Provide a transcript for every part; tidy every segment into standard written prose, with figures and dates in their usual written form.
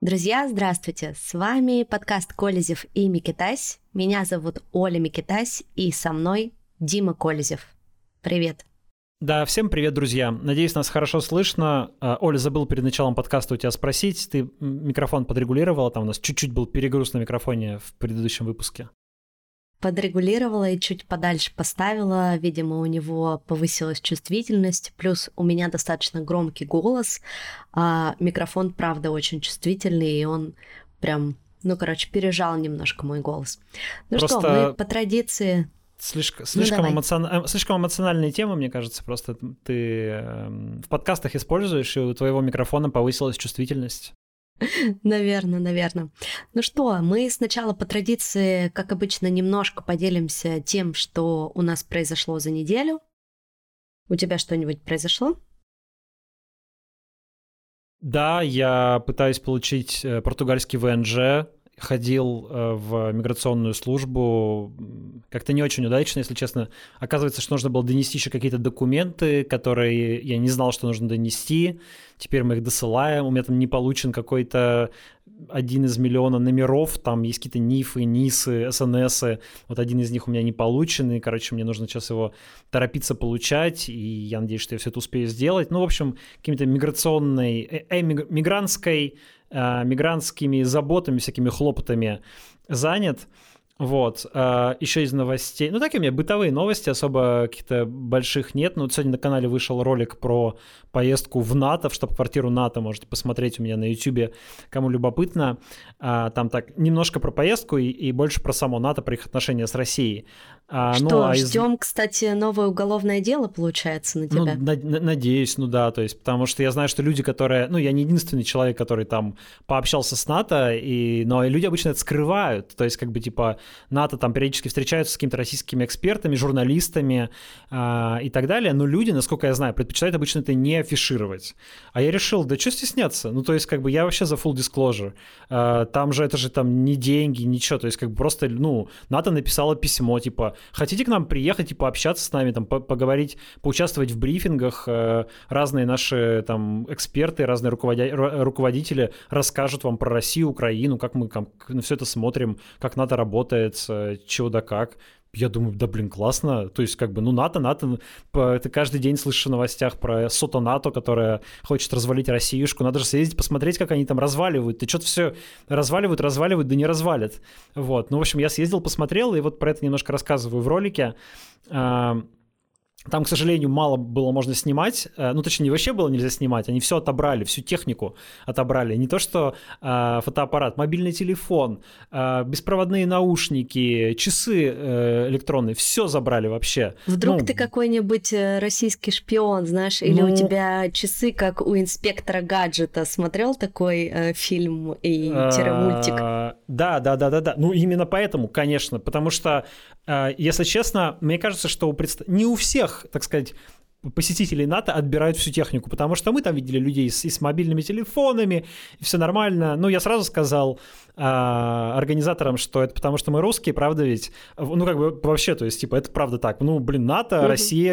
Друзья, здравствуйте! С вами подкаст Колезев и Микитась. Меня зовут Оля Микитась, и со мной Дима Колезев. Привет! Да, всем привет, друзья. Надеюсь, нас хорошо слышно. Оля, забыл перед началом подкаста у тебя спросить. Ты микрофон подрегулировала? Там у нас чуть-чуть был перегруз на микрофоне в предыдущем выпуске. Подрегулировала и чуть подальше поставила. Видимо, у него повысилась чувствительность. Плюс у меня достаточно громкий голос. А микрофон, правда, очень чувствительный, и он прям, пережал немножко мой голос. Просто... что, мы по традиции... Слишком эмоциональная тема, мне кажется, просто ты в подкастах используешь, и у твоего микрофона повысилась чувствительность. Наверное. Ну что, мы сначала по традиции, как обычно, немножко поделимся тем, что у нас произошло за неделю. У тебя что-нибудь произошло? Да, я пытаюсь получить португальский ВНЖ. Ходил в миграционную службу, как-то не очень удачно, если честно. Оказывается, что нужно было донести еще какие-то документы, которые я не знал, что нужно донести. Теперь мы их досылаем. У меня там не получен какой-то один из миллиона номеров. Там есть какие-то НИФы, НИСы, СНСы. Вот один из них у меня не получен. И, мне нужно сейчас его торопиться получать. И я надеюсь, что я все это успею сделать. Ну, в общем, какими-то мигрантскими заботами, всякими хлопотами занят. Вот. Еще из новостей. Ну, такие у меня бытовые новости, особо каких-то больших нет. Но вот сегодня на канале вышел ролик про поездку в НАТО, в штаб-квартиру НАТО. Можете посмотреть у меня на YouTube, кому любопытно. Там так немножко про поездку и больше про само НАТО, про их отношения с Россией. Ждем, кстати, новое уголовное дело, получается, на тебя? Надеюсь, да. То есть, потому что я знаю, что люди, которые... я не единственный человек, который там пообщался с НАТО, но люди обычно это скрывают. То есть, НАТО там периодически встречаются с какими-то российскими экспертами, журналистами и так далее, но люди, насколько я знаю, предпочитают обычно это не афишировать. А я решил, да что стесняться? Я вообще за full disclosure. Там же это же там не деньги, ничего, то есть просто, НАТО написало письмо, хотите к нам приехать и пообщаться с нами, там, поговорить, поучаствовать в брифингах, разные наши там эксперты, разные руководители расскажут вам про Россию, Украину, как мы на все это смотрим, как НАТО работает, чего да как. Я думаю, классно. То есть, НАТО, ты каждый день слышишь в новостях про сото-НАТО, которая хочет развалить Россиюшку. Надо же съездить, посмотреть, как они там разваливают. Ты что-то все разваливают, да не развалят. Вот. В общем, я съездил, посмотрел, и вот про это немножко рассказываю в ролике. Там, к сожалению, мало было можно снимать, точнее, вообще было нельзя снимать, они все отобрали, всю технику отобрали, не то что фотоаппарат, мобильный телефон, беспроводные наушники, часы электронные, все забрали вообще. Вдруг ты какой-нибудь российский шпион, знаешь, или у тебя часы, как у инспектора гаджета, смотрел такой фильм и мультик? Да, именно поэтому, конечно, потому что, если честно, мне кажется, что не у всех, так сказать, посетителей НАТО отбирают всю технику, потому что мы там видели людей и с мобильными телефонами, и все нормально. Я сразу сказал организаторам, что это потому, что мы русские, правда ведь? Вообще, то есть, это правда так. НАТО, Россия,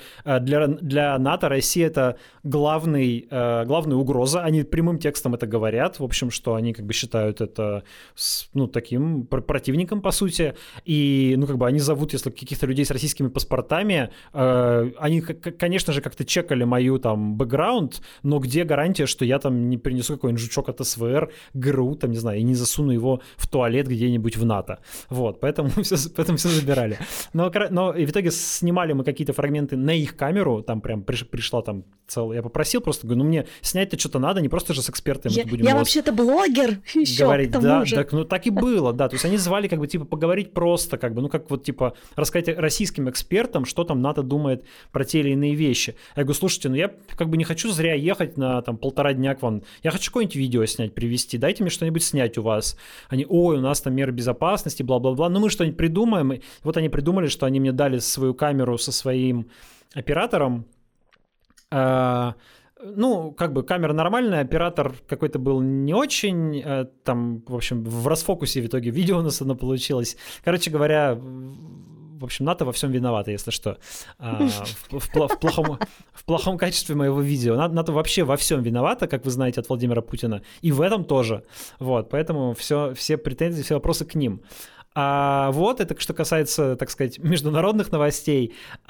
для НАТО Россия — это главная угроза. Они прямым текстом это говорят, в общем, что они считают это таким противником, по сути. И, они зовут, если каких-то людей с российскими паспортами, они, конечно же, как-то чекали мою там бэкграунд, но где гарантия, что я там не принесу какой-нибудь жучок от СВР, ГРУ, там, не знаю, и не засуну его в туалет где-нибудь в НАТО. Вот, поэтому все забирали. Но и в итоге снимали мы какие-то фрагменты на их камеру, там прям пришла там целая... Я попросил просто, говорю, мне снять-то что-то надо, не просто же с экспертами будем... Я вообще-то блогер еще, говорить, к тому же. Так и было, да. То есть они звали поговорить просто, рассказать российским экспертам, что там НАТО думает про те или иные вещи. Я говорю, слушайте, я не хочу зря ехать на там 1,5 дня к вам. Я хочу какое-нибудь видео снять, привезти. Дайте мне что-нибудь снять у вас. Они, у нас там меры безопасности, бла-бла-бла. Мы что-нибудь придумаем. И вот они придумали, что они мне дали свою камеру со своим оператором. Камера нормальная, оператор какой-то был не очень, там, в общем, в расфокусе в итоге видео у нас оно получилось. Короче говоря, в общем, НАТО во всем виновата, если что. В плохом качестве моего видео. НАТО вообще во всем виновата, как вы знаете, от Владимира Путина. И в этом тоже. Вот, поэтому все претензии, все вопросы к ним. Вот это что касается, так сказать, международных новостей.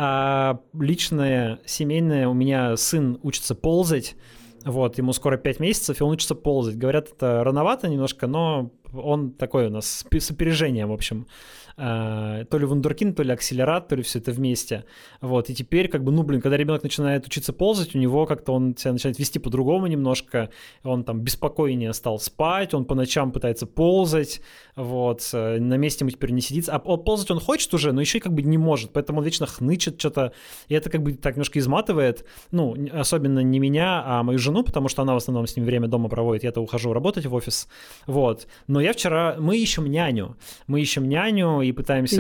Личное, семейное, у меня сын учится ползать. Вот, ему скоро 5 месяцев, и он учится ползать. Говорят, это рановато немножко, но он такой у нас с опережением, в общем. То ли вундеркинд, то ли акселерат, то ли все это вместе. Вот, и теперь, когда ребенок начинает учиться ползать, у него как-то он себя начинает вести по-другому немножко, он там беспокойнее стал спать, он по ночам пытается ползать, вот, на месте ему теперь не сидится, а ползать он хочет уже, но еще и не может, поэтому он вечно хнычет что-то, и это так немножко изматывает, особенно не меня, а мою жену, потому что она в основном с ним время дома проводит, я-то ухожу работать в офис, вот, но мы ищем няню, и пытаемся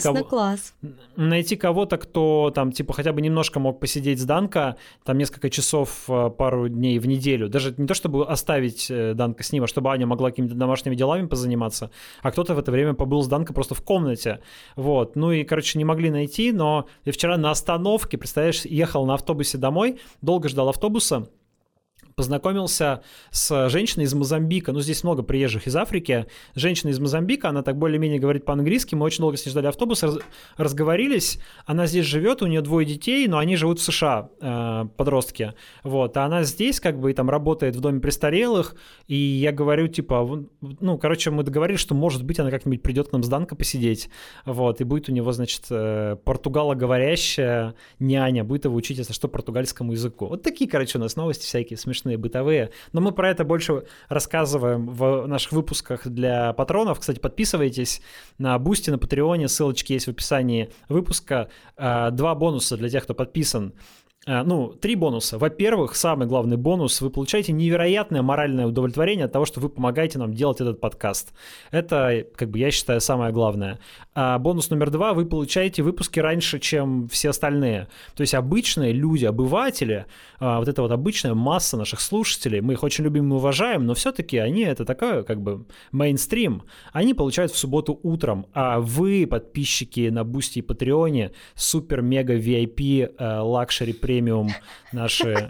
найти кого-то, кто там типа хотя бы немножко мог посидеть с Данко, там несколько часов, пару дней в неделю. Даже не то, чтобы оставить Данко с ним, а чтобы Аня могла какими-то домашними делами позаниматься, а кто-то в это время побыл с Данко просто в комнате. Вот. Не могли найти, но я вчера на остановке, представляешь, ехал на автобусе домой, долго ждал автобуса, познакомился с женщиной из Мозамбика. Здесь много приезжих из Африки. Женщина из Мозамбика, она так более-менее говорит по-английски. Мы очень долго с ней ждали автобус, разговорились. Она здесь живет, у нее 2 детей, но они живут в США, подростки. Вот. А она здесь и там работает в доме престарелых. И я говорю, мы договорились, что, может быть, она как-нибудь придет к нам с Данко посидеть. Вот. И будет у него, значит, португалоговорящая няня. Будет его учить, если что, португальскому языку. Вот такие, у нас новости всякие смешные, бытовые. Но мы про это больше рассказываем в наших выпусках для патронов. Кстати, подписывайтесь на Boosty, на Патреоне. Ссылочки есть в описании выпуска. 2 бонуса для тех, кто подписан. 3 бонуса. Во-первых, самый главный бонус. Вы получаете невероятное моральное удовлетворение от того, что вы помогаете нам делать этот подкаст. Это, я считаю, самое главное. А бонус номер 2. Вы получаете выпуски раньше, чем все остальные. То есть обычные люди, обыватели, вот эта вот обычная масса наших слушателей, мы их очень любим и уважаем, но все-таки они, это такое, мейнстрим. Они получают в субботу утром. А вы, подписчики на Boosty и Патреоне, супер-мега-VIP, лакшери премиум наши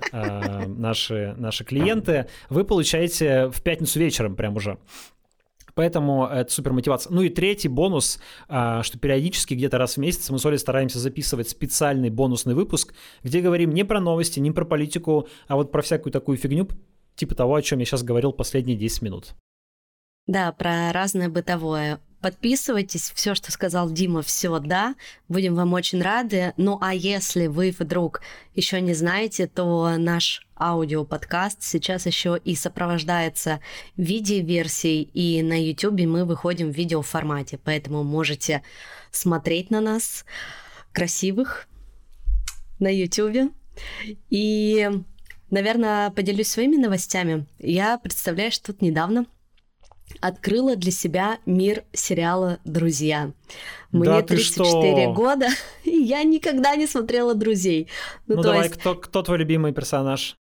клиенты, вы получаете в пятницу вечером прям уже. Поэтому это супер мотивация. И 3-й бонус, что периодически где-то раз в месяц мы с Олей стараемся записывать специальный бонусный выпуск, где говорим не про новости, не про политику, а вот про всякую такую фигню, типа того, о чем я сейчас говорил последние 10 минут. Да, про разное бытовое. Подписывайтесь, все, что сказал Дима, все, да, будем вам очень рады. А если вы вдруг еще не знаете, то наш аудиоподкаст сейчас еще и сопровождается видеоверсией, и на YouTube мы выходим в видеоформате, поэтому можете смотреть на нас красивых на YouTube. И, наверное, поделюсь своими новостями. Я, представляешь, тут недавно открыла для себя мир сериала «Друзья». Мне 34 года, и я никогда не смотрела «Друзей». Давай, кто твой любимый персонаж?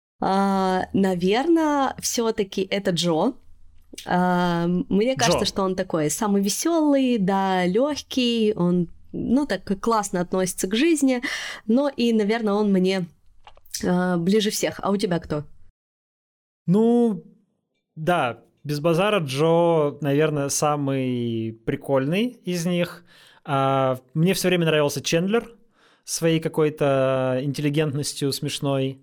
Наверное, все-таки это Джо. Мне кажется, что он такой самый веселый, да, легкий, он, так классно относится к жизни, но и, наверное, он мне ближе всех. А у тебя кто? Да, без базара, Джо, наверное, самый прикольный из них. Мне все время нравился Чендлер своей какой-то интеллигентностью смешной.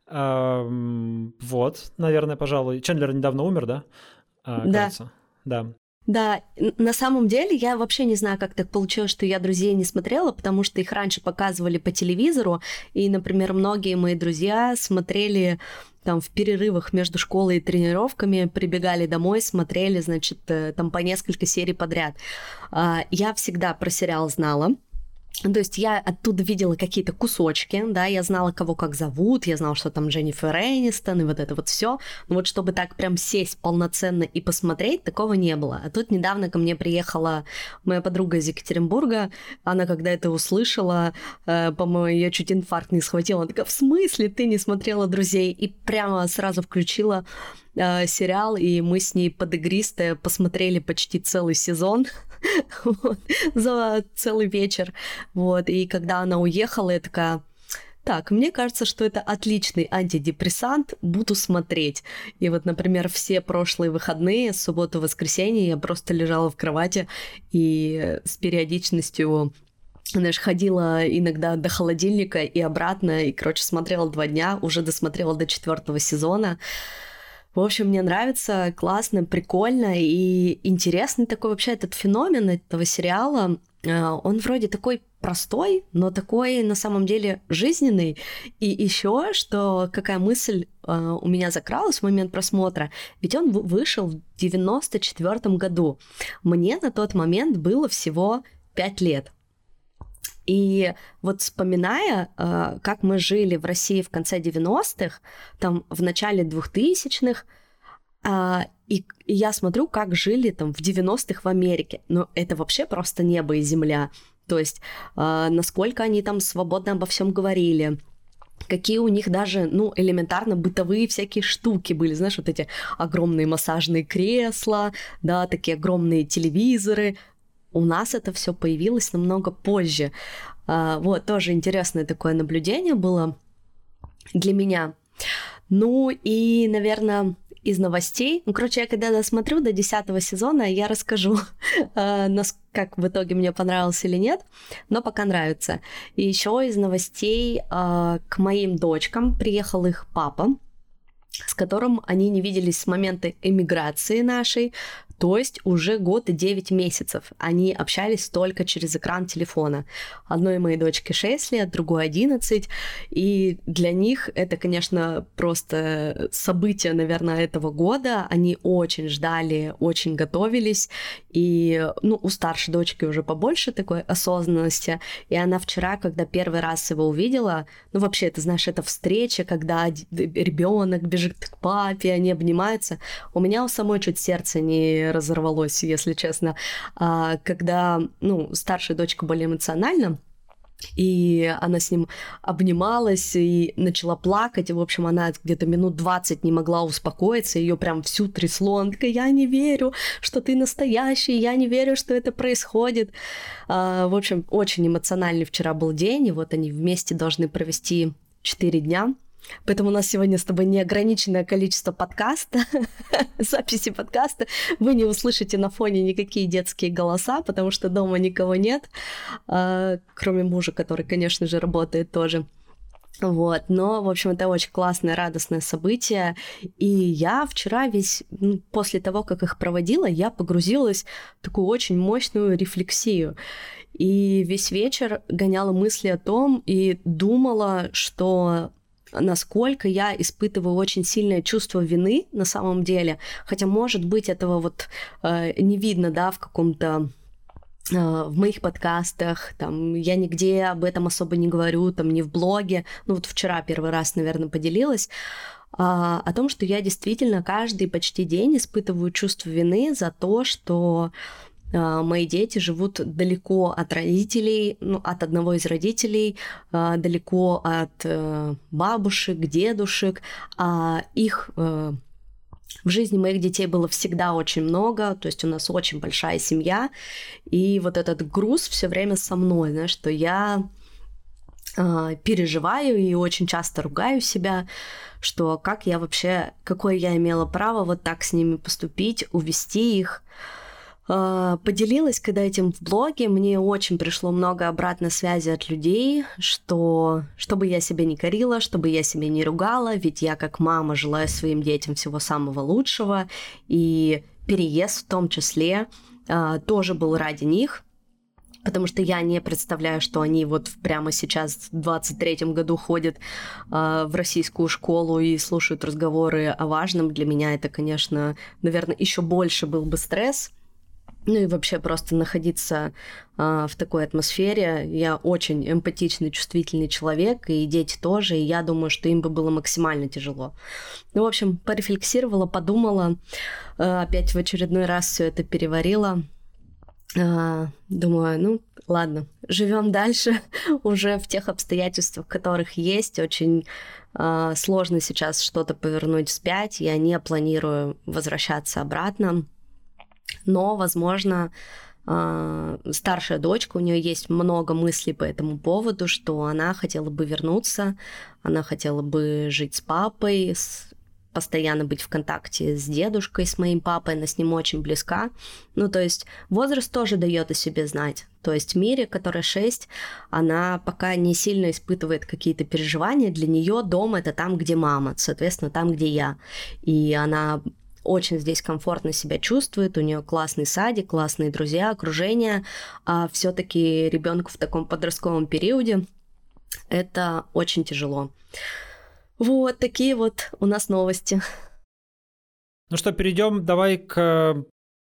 Вот, наверное, пожалуй. Чендлер недавно умер, да? Кажется. Да. Да, на самом деле я вообще не знаю, как так получилось, что я «Друзей» не смотрела, потому что их раньше показывали по телевизору, и, например, многие мои друзья смотрели там в перерывах между школой и тренировками, прибегали домой, смотрели, значит, там по несколько серий подряд. Я всегда про сериал знала. То есть я оттуда видела какие-то кусочки, да, я знала, кого как зовут, я знала, что там Дженнифер Энистон и вот это вот все. Но вот чтобы так прям сесть полноценно и посмотреть, такого не было. А тут недавно ко мне приехала моя подруга из Екатеринбурга, она когда это услышала, по-моему, ее чуть инфаркт не схватила, она такая: в смысле ты не смотрела «Друзей?» И прямо сразу включила сериал, и мы с ней под игристое посмотрели почти целый сезон. вот, за целый вечер. Вот. И когда она уехала, я такая... Так, мне кажется, что это отличный антидепрессант, буду смотреть. И вот, например, все прошлые выходные, субботу, воскресенье, я просто лежала в кровати и с периодичностью, знаешь, ходила иногда до холодильника и обратно, и, короче, смотрела 2 дня, уже досмотрела до 4 сезона. В общем, мне нравится, классно, прикольно и интересный такой вообще этот феномен этого сериала. Он вроде такой простой, но такой на самом деле жизненный. И еще, что какая мысль у меня закралась в момент просмотра, ведь он вышел в 94 году. Мне на тот момент было всего 5 лет. И вот вспоминая, как мы жили в России в конце 90-х, там в начале 2000-х, и я смотрю, как жили там в 90-х в Америке. Но это вообще просто небо и земля. То есть насколько они там свободно обо всем говорили, какие у них даже, ну, элементарно бытовые всякие штуки были, знаешь, вот эти огромные массажные кресла, да, такие огромные телевизоры. У нас это все появилось намного позже. Вот, тоже интересное такое наблюдение было для меня. Ну и, наверное, из новостей. Ну, короче, я когда досмотрю до 10 сезона, я расскажу, как в итоге мне понравилось или нет, но пока нравится. И еще из новостей к моим дочкам приехал их папа, с которым они не виделись с момента эмиграции нашей, то есть уже год и 9 месяцев. Они общались только через экран телефона. Одной моей дочке 6 лет, другой 11. И для них это, конечно, просто событие, наверное, этого года. Они очень ждали, очень готовились. И, ну, у старшей дочки уже побольше такой осознанности. И она вчера, когда первый раз его увидела, ну, вообще, ты знаешь, это встреча, когда ребенок бежит к папе, они обнимаются. У меня у самой чуть сердце не разорвалось, если честно. Когда, ну, старшая дочка более эмоциональна, и она с ним обнималась и начала плакать, и, в общем, она где-то минут 20 не могла успокоиться, ее прям всю трясло, она такая: я не верю, что ты настоящий, я не верю, что это происходит. В общем, очень эмоциональный вчера был день, и вот они вместе должны провести 4 дня. Поэтому у нас сегодня с тобой неограниченное количество подкаста, записи подкаста. Вы не услышите на фоне никакие детские голоса, потому что дома никого нет, кроме мужа, который, конечно же, работает тоже. Вот, но, в общем, это очень классное, радостное событие. И я вчера после того, как их проводила, я погрузилась в такую очень мощную рефлексию. И весь вечер гоняла мысли о том и думала, что насколько я испытываю очень сильное чувство вины на самом деле, хотя, может быть, этого вот не видно, да, в каком-то в моих подкастах, там, я нигде об этом особо не говорю, там, не в блоге, ну, вот вчера первый раз, наверное, поделилась, о том, что я действительно каждый почти день испытываю чувство вины за то, что мои дети живут далеко от родителей, ну, от одного из родителей, далеко от бабушек, дедушек, а их в жизни моих детей было всегда очень много, то есть у нас очень большая семья, и вот этот груз все время со мной, знаешь, что я переживаю и очень часто ругаю себя, что как я вообще, какое я имела право вот так с ними поступить, увести их. Поделилась когда этим в блоге, мне очень пришло много обратной связи от людей, что чтобы я себя не корила, чтобы я себя не ругала, ведь я как мама желаю своим детям всего самого лучшего, и переезд в том числе тоже был ради них, потому что я не представляю, что они вот прямо сейчас в 23-м году ходят в российскую школу и слушают разговоры о важном. Для меня это, конечно, наверное, еще больше был бы стресс. Ну и вообще просто находиться в такой атмосфере. Я очень эмпатичный, чувствительный человек, и дети тоже, и я думаю, что им бы было максимально тяжело. Ну, в общем, порефлексировала, подумала, опять в очередной раз все это переварила. Думаю, ну, ладно, живем дальше уже в тех обстоятельствах, которых есть. Очень сложно сейчас что-то повернуть вспять. Я не планирую возвращаться обратно. Но, возможно, старшая дочка, у нее есть много мыслей по этому поводу, что она хотела бы вернуться, она хотела бы жить с папой, постоянно быть в контакте с дедушкой, с моим папой, она с ним очень близка. Ну, то есть возраст тоже дает о себе знать. То есть Мире, которая 6, она пока не сильно испытывает какие-то переживания. Для нее дом — это там, где мама, соответственно, там, где я. И она очень здесь комфортно себя чувствует, у нее классный садик, классные друзья, окружение, а все-таки ребенку в таком подростковом периоде это очень тяжело. Вот такие вот у нас новости. Ну что, перейдем давай к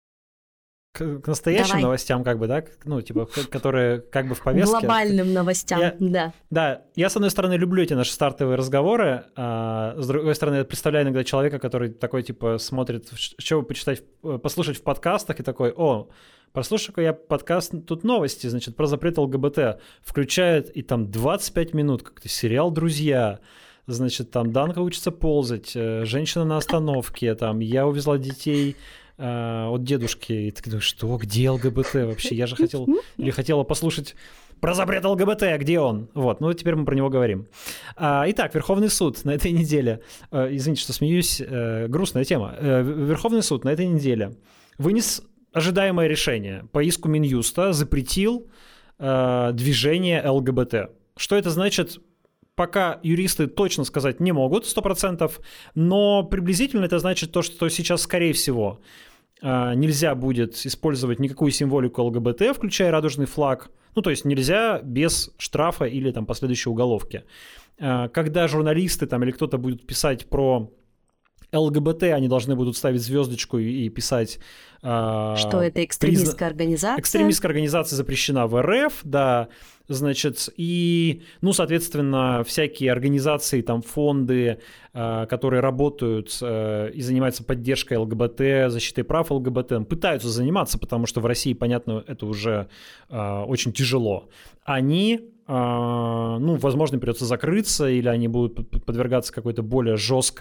настоящим новостям, как бы, да, ну, типа, которые как бы в повестке. Глобальным новостям, да. Да, я, с одной стороны, люблю эти наши стартовые разговоры, а с другой стороны, я представляю иногда человека, который такой, типа, смотрит, что бы почитать, послушать в подкастах, и такой: о, прослушай-ка я подкаст, тут новости, значит, про запрет ЛГБТ, включает, и там 25 минут, как-то сериал «Друзья», значит, там Данка учится ползать, женщина на остановке, там я увезла детей от дедушки. И ты думаешь, что, где ЛГБТ вообще? Я же хотел или хотела послушать про запрет ЛГБТ, где он? Вот, ну теперь мы про него говорим. Итак, Верховный суд на этой неделе, извините, что смеюсь, грустная тема. Верховный суд на этой неделе вынес ожидаемое решение по иску Минюста, запретил движение ЛГБТ. Что это значит? Пока юристы точно сказать не могут 100%, но приблизительно это значит то, что сейчас, скорее всего, нельзя будет использовать никакую символику ЛГБТ, включая радужный флаг. Ну, то есть нельзя без штрафа или там последующей уголовки. Когда журналисты там или кто-то будет писать про ЛГБТ, они должны будут ставить звездочку и писать... Что это экстремистская организация? Экстремистская организация запрещена в РФ, да, значит, и, ну, соответственно, всякие организации, там, фонды, которые работают и занимаются поддержкой ЛГБТ, защитой прав ЛГБТ, пытаются заниматься, потому что в России, понятно, это уже очень тяжело. Они... ну, возможно, придется закрыться, или они будут подвергаться какой-то более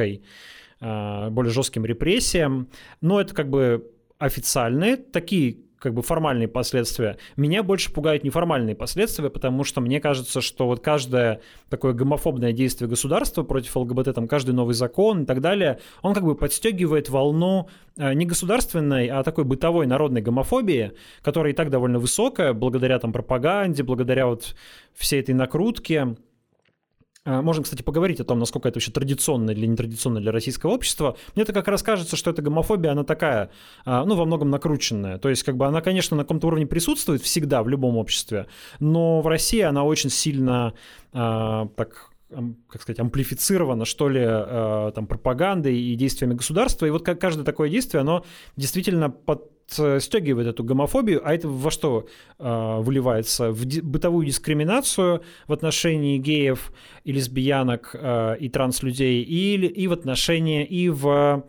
жестким репрессиям, но это как бы официальные, такие как бы формальные последствия. Меня больше пугают неформальные последствия, потому что мне кажется, что вот каждое такое гомофобное действие государства против ЛГБТ, там каждый новый закон и так далее, он как бы подстегивает волну не государственной, а такой бытовой народной гомофобии, которая и так довольно высокая, благодаря там пропаганде, благодаря вот всей этой накрутке. Можем, кстати, поговорить о том, насколько это вообще традиционно или нетрадиционно для российского общества. Мне-то как раз кажется, что эта гомофобия, она такая, ну, во многом накрученная. То есть, как бы она, конечно, на каком-то уровне присутствует всегда в любом обществе, но в России она очень сильно, так, как сказать, амплифицирована, что ли, там, пропагандой и действиями государства. И вот каждое такое действие, оно действительно подстегивает эту гомофобию, а это во что выливается? В бытовую дискриминацию в отношении геев и лесбиянок и транслюдей, и в отношении, и в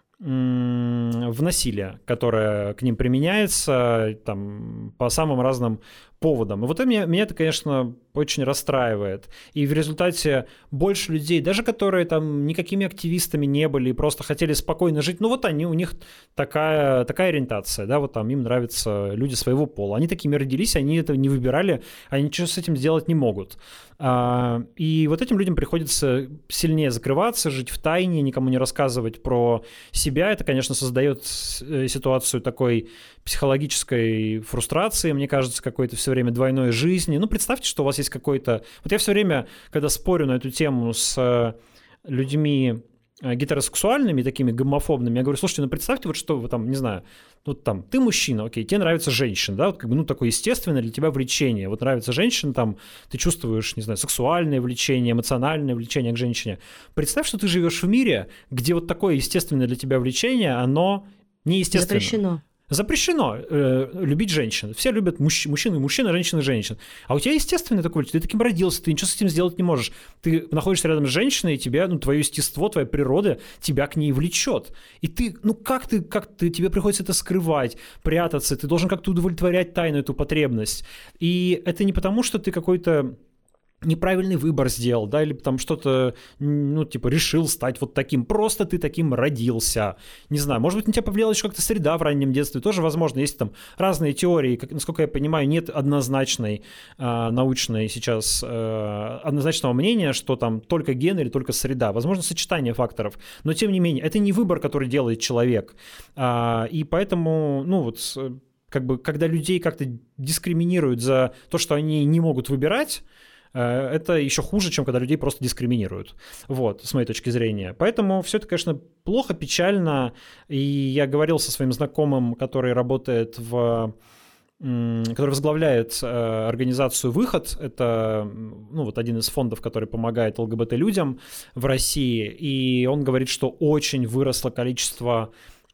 насилие, которое к ним применяется там, по самым разным поводам. И вот меня это, конечно, очень расстраивает. И в результате больше людей, даже которые там никакими активистами не были и просто хотели спокойно жить, ну вот у них такая ориентация, да, вот там им нравятся люди своего пола. Они такими родились, они это не выбирали, они ничего с этим сделать не могут. И вот этим людям приходится сильнее закрываться, жить в тайне, никому не рассказывать про себя. Это, конечно, создает ситуацию такой психологической фрустрации, мне кажется, какой-то все время двойной жизни. Ну, представьте, что у вас есть какой-то... Вот я все время, когда спорю на эту тему с людьми гетеросексуальными, такими гомофобными, я говорю: слушайте, ну представьте, вот что вы там, не знаю, вот там, ты мужчина, окей, тебе нравится женщина, да, вот как бы, ну, такое естественное для тебя влечение, вот нравится женщина, там, ты чувствуешь, не знаю, сексуальное влечение, эмоциональное влечение к женщине. Представь, что ты живешь в мире, где вот такое естественное для тебя влечение, оно неестественно. Запрещено любить женщин. Все любят мужчин, женщин. А у тебя естественное такое, ты таким родился, ты ничего с этим сделать не можешь. Ты находишься рядом с женщиной, и тебя, ну, твое естество, твоя природа тебя к ней влечет. И ты, ну как тебе приходится это скрывать, прятаться, ты должен как-то удовлетворять тайну эту потребность. И это не потому, что ты какой-то неправильный выбор сделал, да, или там что-то, ну, типа, решил стать вот таким, просто ты таким родился, не знаю, может быть, на тебя повлияла еще как-то среда в раннем детстве, тоже возможно, есть там разные теории, как, насколько я понимаю, нет однозначной научной сейчас однозначного мнения, что там только ген или только среда, возможно, сочетание факторов, но тем не менее, это не выбор, который делает человек, и поэтому, ну, вот, как бы, когда людей как-то дискриминируют за то, что они не могут выбирать, это еще хуже, чем когда людей просто дискриминируют. Вот, с моей точки зрения. Поэтому все это, конечно, плохо, печально. И я говорил со своим знакомым, который работает который возглавляет организацию «Выход». Это, ну, вот один из фондов, который помогает ЛГБТ-людям в России. И он говорит, что очень выросло количество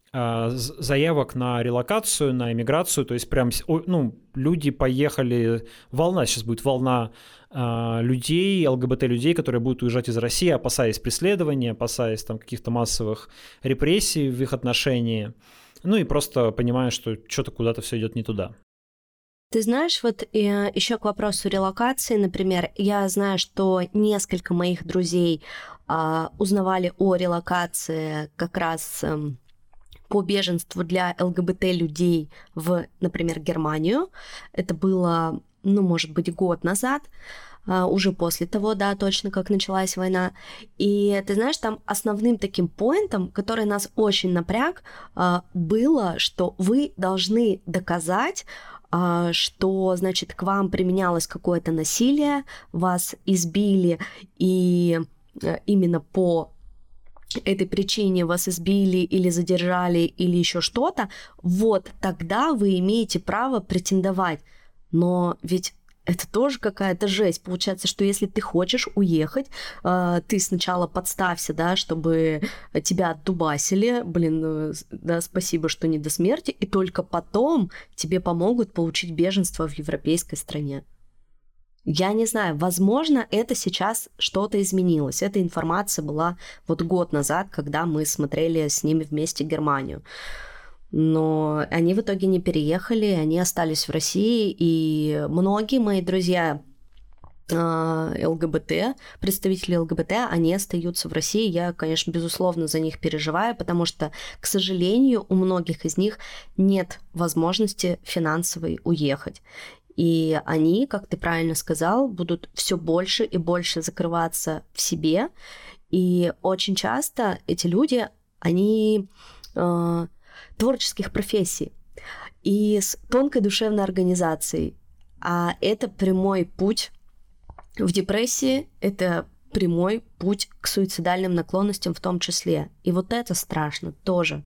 заявок на релокацию, на эмиграцию, то есть прям, ну, люди поехали, сейчас будет волна людей, ЛГБТ-людей, которые будут уезжать из России, опасаясь преследования, опасаясь там каких-то массовых репрессий в их отношении, ну и просто понимая, что что-то куда-то все идет не туда. Ты знаешь, вот еще к вопросу релокации, например, я знаю, что несколько моих друзей узнавали о релокации как раз по беженству для ЛГБТ-людей в, например, Германию. Это было, ну, может быть, год назад, уже после того, да, точно как началась война. И ты знаешь, там основным таким поинтом, который нас очень напряг, было, что вы должны доказать, что, значит, к вам применялось какое-то насилие, вас избили, и именно по этой причине вас избили или задержали или еще что-то, вот тогда вы имеете право претендовать. Но ведь это тоже какая-то жесть. Получается, что если ты хочешь уехать, ты сначала подставься, да, чтобы тебя отдубасили, да, спасибо, что не до смерти, и только потом тебе помогут получить беженство в европейской стране. Я не знаю, возможно, это сейчас что-то изменилось. Эта информация была вот год назад, когда мы смотрели с ними вместе Германию. Но они в итоге не переехали, они остались в России, и многие мои друзья ЛГБТ, представители ЛГБТ, они остаются в России. Я, конечно, безусловно за них переживаю, потому что, к сожалению, у многих из них нет возможности финансовой уехать. И они, как ты правильно сказал, будут все больше и больше закрываться в себе. И очень часто эти люди, они творческих профессий и с тонкой душевной организацией. А это прямой путь в депрессии, это прямой путь к суицидальным наклонностям в том числе. И вот это страшно тоже.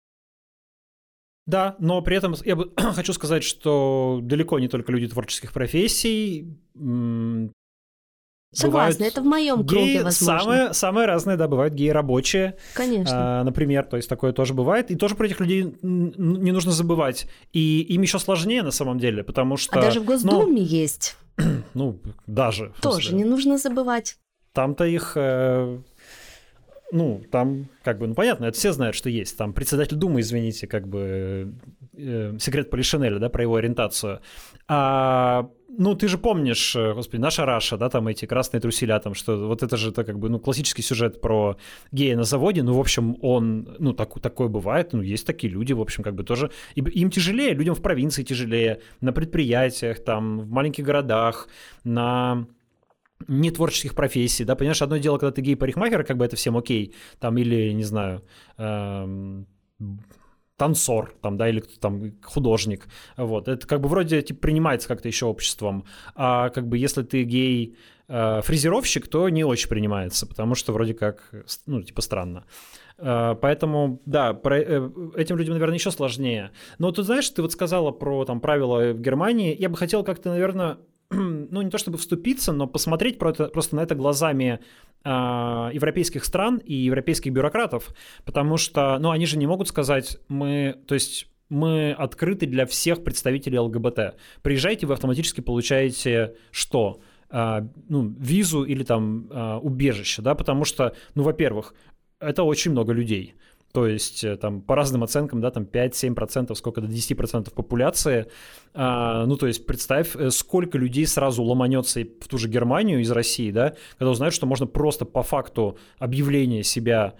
Да, но при этом я хочу сказать, что далеко не только люди творческих профессий. Согласна, это в моем круге возможно. Самые разные, да, бывают геи рабочие. Конечно. Например, то есть такое тоже бывает. И тоже про этих людей не нужно забывать. И им еще сложнее на самом деле, потому что... даже в Госдуме есть. Ну, даже. Тоже не нужно забывать. Там-то их... Ну, там, как бы, ну, понятно, это все знают, что есть. Там председатель Думы, извините, как бы, секрет Полишинеля, да, про его ориентацию. Ну, ты же помнишь, господи, наша Раша, да, там эти красные труселя, там, что вот это же, это как бы, ну, классический сюжет про гея на заводе, ну, в общем, он, ну, такое бывает, ну, есть такие люди, в общем, как бы тоже, им тяжелее, людям в провинции тяжелее, на предприятиях, там, в маленьких городах, на... не творческих профессий, да, понимаешь, одно дело, когда ты гей-парикмахер, как бы это всем окей, там, или, не знаю, танцор, там, да, или кто там художник, вот, это как бы вроде, типа, принимается как-то еще обществом, а как бы если ты гей-фрезеровщик, то не очень принимается, потому что вроде как, ну, типа, странно. Поэтому, да, этим людям, наверное, еще сложнее. Но тут, знаешь, ты вот сказала про там правила в Германии, я бы хотел как-то, наверное, ну, не то чтобы вступиться, но посмотреть просто на это глазами европейских стран и европейских бюрократов, потому что, ну, они же не могут сказать, мы открыты для всех представителей ЛГБТ. Приезжайте, вы автоматически получаете что? Ну, визу или там убежище, да, потому что, ну, во-первых, это очень много людей. то есть там по разным оценкам, да, там 5-7%, сколько до 10% популяции. Ну, то есть представь, сколько людей сразу ломанется в ту же Германию из России, да, когда узнают, что можно просто по факту объявления себя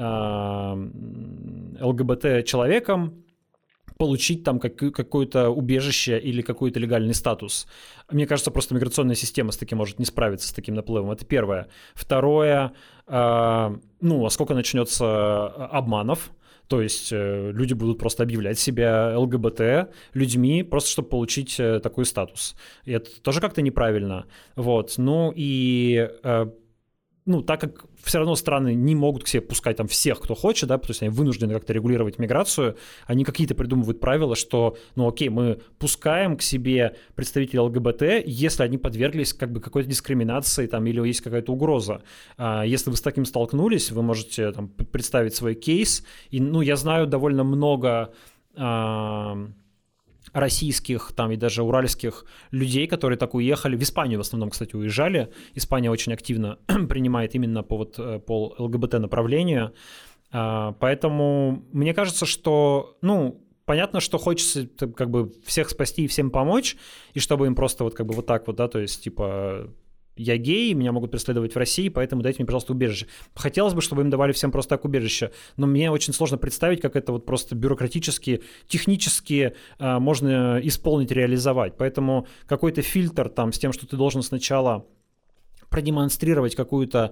ЛГБТ-человеком получить там какое-то убежище или какой-то легальный статус. Мне кажется, просто миграционная система с таким может не справиться, с таким наплывом. Это первое. Второе, а сколько начнется обманов, то есть люди будут просто объявлять себя ЛГБТ людьми, просто чтобы получить такой статус. И это тоже как-то неправильно. Вот. Так как все равно страны не могут к себе пускать там всех, кто хочет, да, то есть они вынуждены как-то регулировать миграцию, они какие-то придумывают правила, что, окей, мы пускаем к себе представителей ЛГБТ, если они подверглись как бы какой-то дискриминации там, или есть какая-то угроза. Если вы с таким столкнулись, вы можете там представить свой кейс. И, я знаю довольно много российских там и даже уральских людей, которые так уехали. В Испанию в основном, кстати, уезжали. Испания очень активно принимает именно по ЛГБТ-направлению. Поэтому мне кажется, что, понятно, что хочется как бы всех спасти и всем помочь, и чтобы им просто вот как бы вот так вот, да, то есть типа... Я гей, меня могут преследовать в России, поэтому дайте мне, пожалуйста, убежище. Хотелось бы, чтобы им давали всем просто так убежище, но мне очень сложно представить, как это вот просто бюрократически, технически можно исполнить, реализовать. Поэтому какой-то фильтр там с тем, что ты должен сначала продемонстрировать какую-то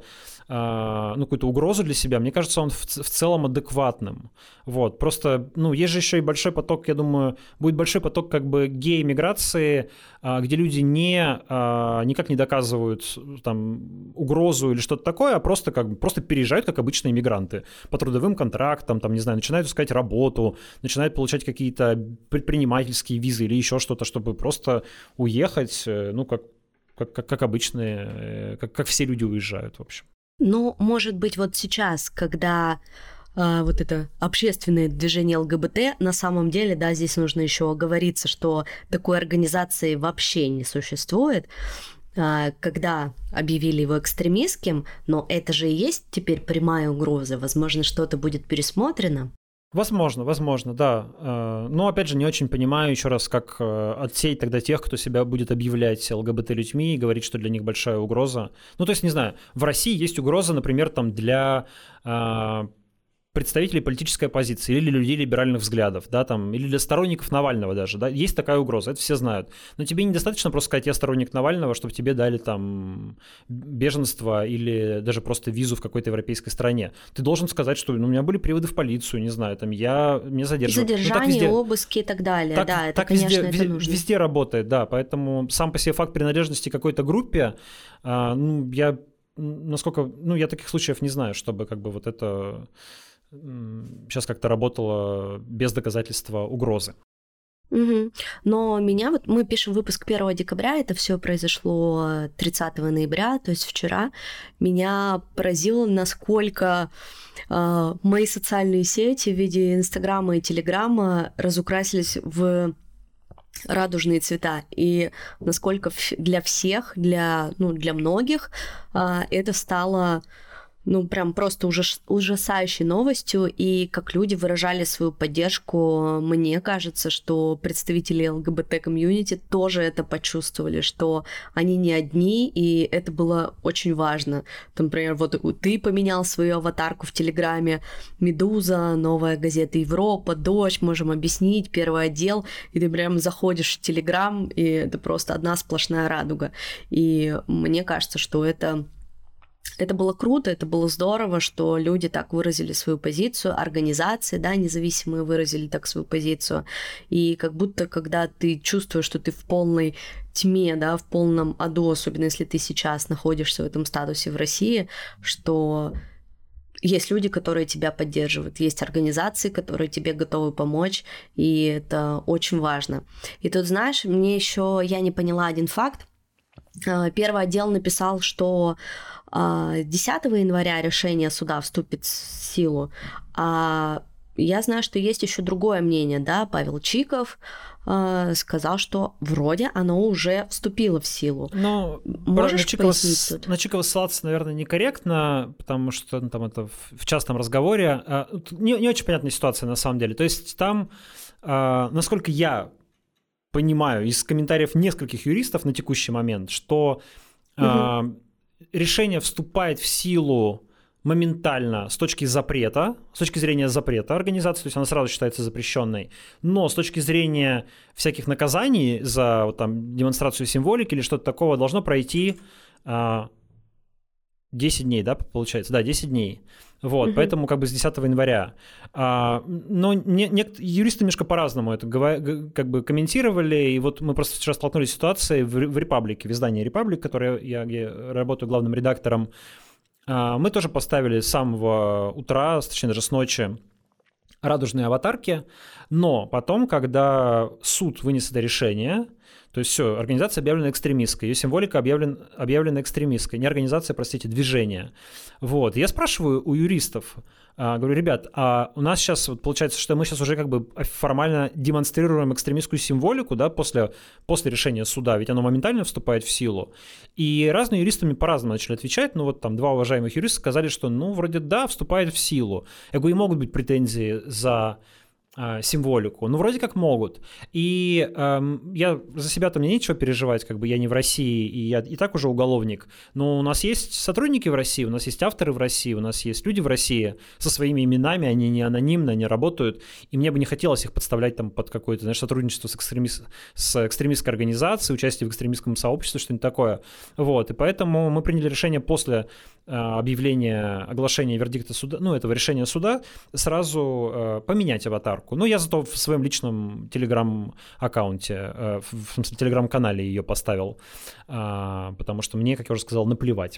угрозу для себя, мне кажется, он в целом адекватным. Вот. Просто, есть же еще и большой поток, я думаю, будет большой поток как бы гей-миграции, где люди никак не доказывают там угрозу или что-то такое, а просто переезжают как обычные мигранты по трудовым контрактам, там, не знаю, начинают искать работу, начинают получать какие-то предпринимательские визы или еще что-то, чтобы просто уехать, как обычные, как все люди уезжают, в общем. Может быть, вот сейчас, когда вот это общественное движение ЛГБТ, на самом деле, да, здесь нужно еще оговориться, что такой организации вообще не существует, когда объявили его экстремистским, но это же и есть теперь прямая угроза, возможно, что-то будет пересмотрено. Возможно, да. Но, опять же, не очень понимаю еще раз, как отсеять тогда тех, кто себя будет объявлять ЛГБТ-людьми и говорить, что для них большая угроза. То есть, не знаю, в России есть угроза, например, там для представителей политической оппозиции или людей либеральных взглядов, да, там, или для сторонников Навального даже, да, есть такая угроза, это все знают. Но тебе недостаточно просто сказать, я сторонник Навального, чтобы тебе дали там беженство или даже просто визу в какой-то европейской стране. Ты должен сказать, что у меня были приводы в полицию, не знаю, там, меня задерживали. Задержание, обыски и так далее, да, это, так конечно, везде, это нужно. Везде работает, да, поэтому сам по себе факт принадлежности к какой-то группе, я таких случаев не знаю, чтобы как бы вот это... сейчас как-то работало без доказательства угрозы. Угу. Но мы пишем выпуск 1 декабря, это все произошло 30 ноября, то есть вчера. Меня поразило, насколько мои социальные сети в виде Инстаграма и Телеграма разукрасились в радужные цвета, и насколько для всех, для многих это стало... прям просто ужасающей новостью, и как люди выражали свою поддержку, мне кажется, что представители ЛГБТ-комьюнити тоже это почувствовали, что они не одни, и это было очень важно. Например, вот ты поменял свою аватарку в Телеграме, «Медуза», «Новая газета Европа», «Дождь», можем объяснить, «Первый отдел», и ты прям заходишь в Телеграм, и это просто одна сплошная радуга. И мне кажется, что это было круто, это было здорово, что люди так выразили свою позицию, организации, да, независимые выразили так свою позицию. И как будто, когда ты чувствуешь, что ты в полной тьме, да, в полном аду, особенно если ты сейчас находишься в этом статусе в России, что есть люди, которые тебя поддерживают, есть организации, которые тебе готовы помочь, и это очень важно. И тут, знаешь, я не поняла один факт. Первый отдел написал, что 10 января решение суда вступит в силу, а я знаю, что есть еще другое мнение, да, Павел Чиков сказал, что вроде оно уже вступило в силу. Но можешь пояснить тут? На Чикова ссылаться, наверное, некорректно, потому что там это в частном разговоре. Не очень понятная ситуация на самом деле. То есть там, насколько я понимаю из комментариев нескольких юристов на текущий момент, что решение вступает в силу моментально с точки зрения запрета организации, то есть она сразу считается запрещенной, но с точки зрения всяких наказаний за вот, там, демонстрацию символики или что-то такого должно пройти 10 дней, да, получается? Да, 10 дней. Вот, поэтому как бы с 10 января. Но юристы немножко по-разному это как бы комментировали, и вот мы просто вчера столкнулись с ситуацией в «Репаблике», в издании «Репаблик», где работаю главным редактором. Мы тоже поставили с самого утра, точнее даже с ночи, радужные аватарки, но потом, когда суд вынес это решение, то есть все, организация объявлена экстремистской, ее символика объявлена экстремистской, не организация, простите, движение. Вот. Я спрашиваю у юристов, говорю, ребят, а у нас сейчас вот получается, что мы сейчас уже как бы формально демонстрируем экстремистскую символику, да, после решения суда, ведь оно моментально вступает в силу. И разные юристы мне по-разному начали отвечать, ну вот там два уважаемых юриста сказали, что ну вроде да, вступает в силу. Я говорю, и могут быть претензии за символику. Ну, вроде как могут. И я за себя-то мне нечего переживать, как бы я не в России, и я и так уже уголовник. Но у нас есть сотрудники в России, у нас есть авторы в России, у нас есть люди в России со своими именами, они не анонимны, они работают, и мне бы не хотелось их подставлять там под какое-то, знаешь, сотрудничество с экстремистской организацией, участие в экстремистском сообществе, что-нибудь такое. Вот, и поэтому мы приняли решение после оглашения вердикта суда, ну, этого решения суда, сразу поменять аватарку. Ну, я зато в своем личном телеграм-аккаунте, в смысле, телеграм-канале ее поставил, потому что мне, как я уже сказал, наплевать.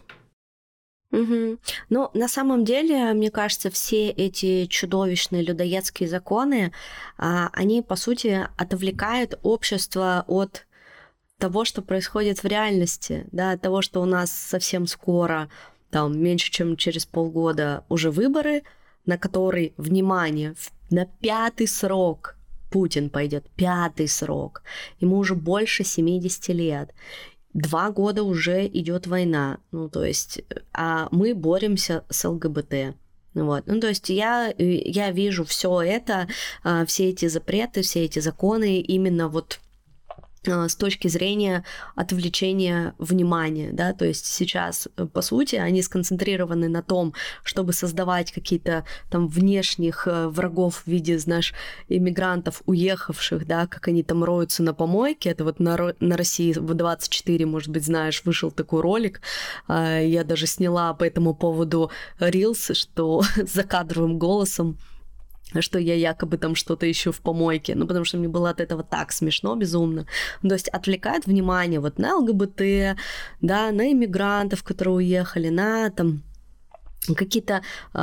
Ну, на самом деле, мне кажется, все эти чудовищные людоедские законы, они, по сути, отвлекают общество от того, что происходит в реальности, да, от того, что у нас совсем скоро, там, меньше, чем через полгода уже выборы, на которые, внимание, на 5-й срок Путин пойдет, 5-й срок. Ему уже больше 70 лет. 2 года уже идет война. Ну, то есть, а мы боремся с ЛГБТ. Вот. Ну, то есть я вижу все это, все эти запреты, все эти законы именно вот с точки зрения отвлечения внимания, да, то есть сейчас, по сути, они сконцентрированы на том, чтобы создавать какие-то там внешних врагов в виде, знаешь, иммигрантов, уехавших, да, как они там роются на помойке, это вот на России в 24, может быть, знаешь, вышел такой ролик, я даже сняла по этому поводу рилс, что закадровым голосом, что я якобы там что-то ищу в помойке, ну, потому что мне было от этого так смешно, безумно. То есть отвлекает внимание вот на ЛГБТ, да, на иммигрантов, которые уехали, на там какие-то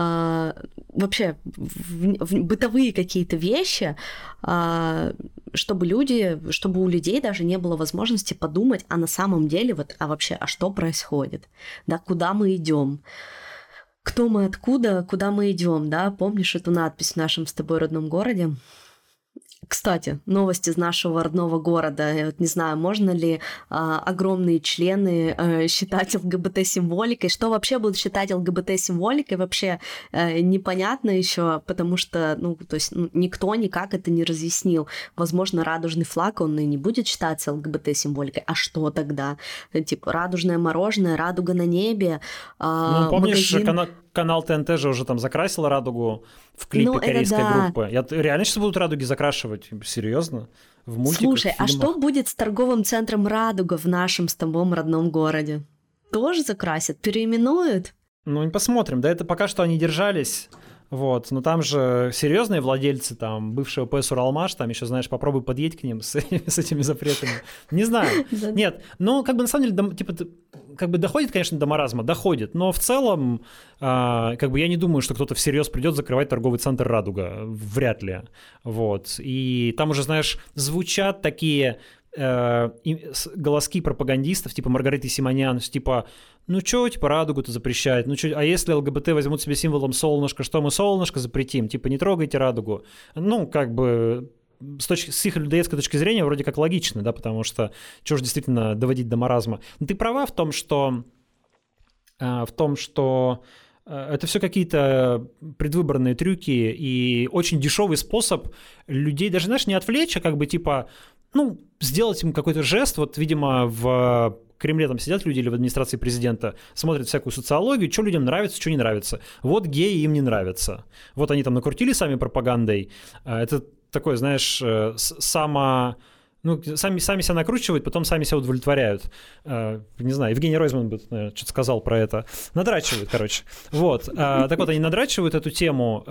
вообще бытовые какие-то вещи, чтобы у людей даже не было возможности подумать, а на самом деле вот, а вообще, а что происходит, да, куда мы идем. Кто мы, откуда, куда мы идем, да? Помнишь эту надпись в нашем с тобой родном городе? Кстати, новость из нашего родного города. Я вот не знаю, можно ли огромные члены считать ЛГБТ-символикой. Что вообще будут считать ЛГБТ-символикой, вообще непонятно еще, потому что, ну, то есть никто никак это не разъяснил. Возможно, радужный флаг, он и не будет считаться ЛГБТ-символикой. А что тогда? Типа радужное мороженое, радуга на небе. Ну, помнишь, канал ТНТ же уже там закрасил радугу в клипе корейской группы. Реально сейчас будут радуги закрашивать? Серьезно? В мультиках, слушай, а что будет с торговым центром «Радуга» в нашем с тобой родном городе? Тоже закрасят? Переименуют? Ну, посмотрим. Да, это пока что они держались. Вот, но там же серьезные владельцы, там, бывшего ПС «Уралмаш», там еще, знаешь, попробуй подъедь к ним с этими запретами. Не знаю. Нет, ну, как бы на самом деле, типа, как бы доходит, конечно, до маразма, доходит, но в целом, как бы я не думаю, что кто-то всерьез придет закрывать торговый центр «Радуга», вряд ли. Вот, и там уже, знаешь, звучат такие голоски пропагандистов, типа Маргариты Симонян, типа, ну чё, типа, радугу-то запрещать, ну чё, а если ЛГБТ возьмут себе символом солнышко, что мы солнышко запретим, типа, не трогайте радугу. Ну, как бы, с их людоедской точки зрения вроде как логично, да, потому что чё ж действительно доводить до маразма. Но ты права в том, что это все какие-то предвыборные трюки и очень дешевый способ людей даже, знаешь, не отвлечь, а как бы типа, ну, сделать им какой-то жест. Вот, видимо, в Кремле там сидят люди или в администрации президента, смотрят всякую социологию, что людям нравится, что не нравится. Вот геи им не нравятся. Вот они там накрутили сами пропагандой. Это такое, знаешь, ну, сами себя накручивают, потом сами себя удовлетворяют. Не знаю, Евгений Ройзман бы, наверное, что-то сказал про это. Надрачивают, короче. Вот. Так вот, они надрачивают эту тему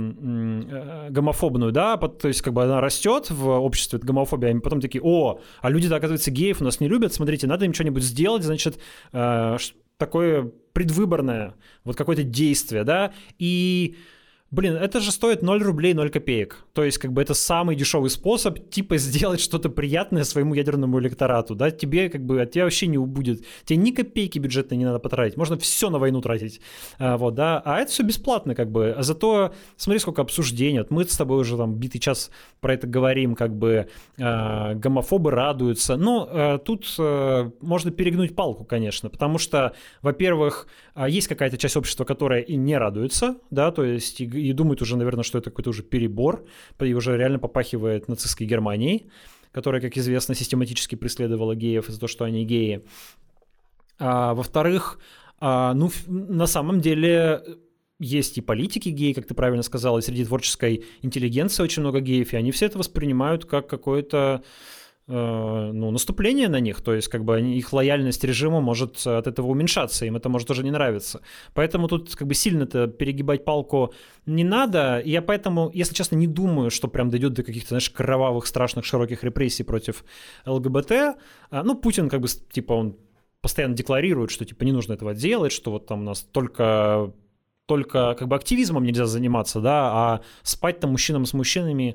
гомофобную, да, то есть как бы она растет в обществе, эта гомофобия, а потом такие, а люди-то, оказывается, геев у нас не любят, смотрите, надо им что-нибудь сделать, значит, такое предвыборное, вот какое-то действие, да, и... Блин, это же стоит 0 рублей 0 копеек. То есть, как бы это самый дешевый способ, типа, сделать что-то приятное своему ядерному электорату, да, тебе, как бы, от тебя вообще не убудет. Тебе ни копейки бюджетной не надо потратить, можно все на войну тратить, вот, да, а это все бесплатно, как бы, а зато, смотри, сколько обсуждений, вот мы с тобой уже там битый час про это говорим, как бы, гомофобы радуются, но тут можно перегнуть палку, конечно, потому что, во-первых, есть какая-то часть общества, которая и не радуется, да, то есть и думают уже, наверное, что это какой-то уже перебор, и уже реально попахивает нацистской Германией, которая, как известно, систематически преследовала геев из-за того, что они геи. Во-вторых, ну, на самом деле есть и политики геи, как ты правильно сказала, и среди творческой интеллигенции очень много геев, и они все это воспринимают как какое-то наступление на них, то есть как бы их лояльность режиму может от этого уменьшаться, им это может уже не нравиться. Поэтому тут как бы сильно-то перегибать палку не надо, и я поэтому, если честно, не думаю, что прям дойдет до каких-то, знаешь, кровавых, страшных, широких репрессий против ЛГБТ. Ну, Путин как бы, типа, он постоянно декларирует, что типа не нужно этого делать, что вот там у нас только как бы активизмом нельзя заниматься, да, а спать там мужчинам с мужчиной,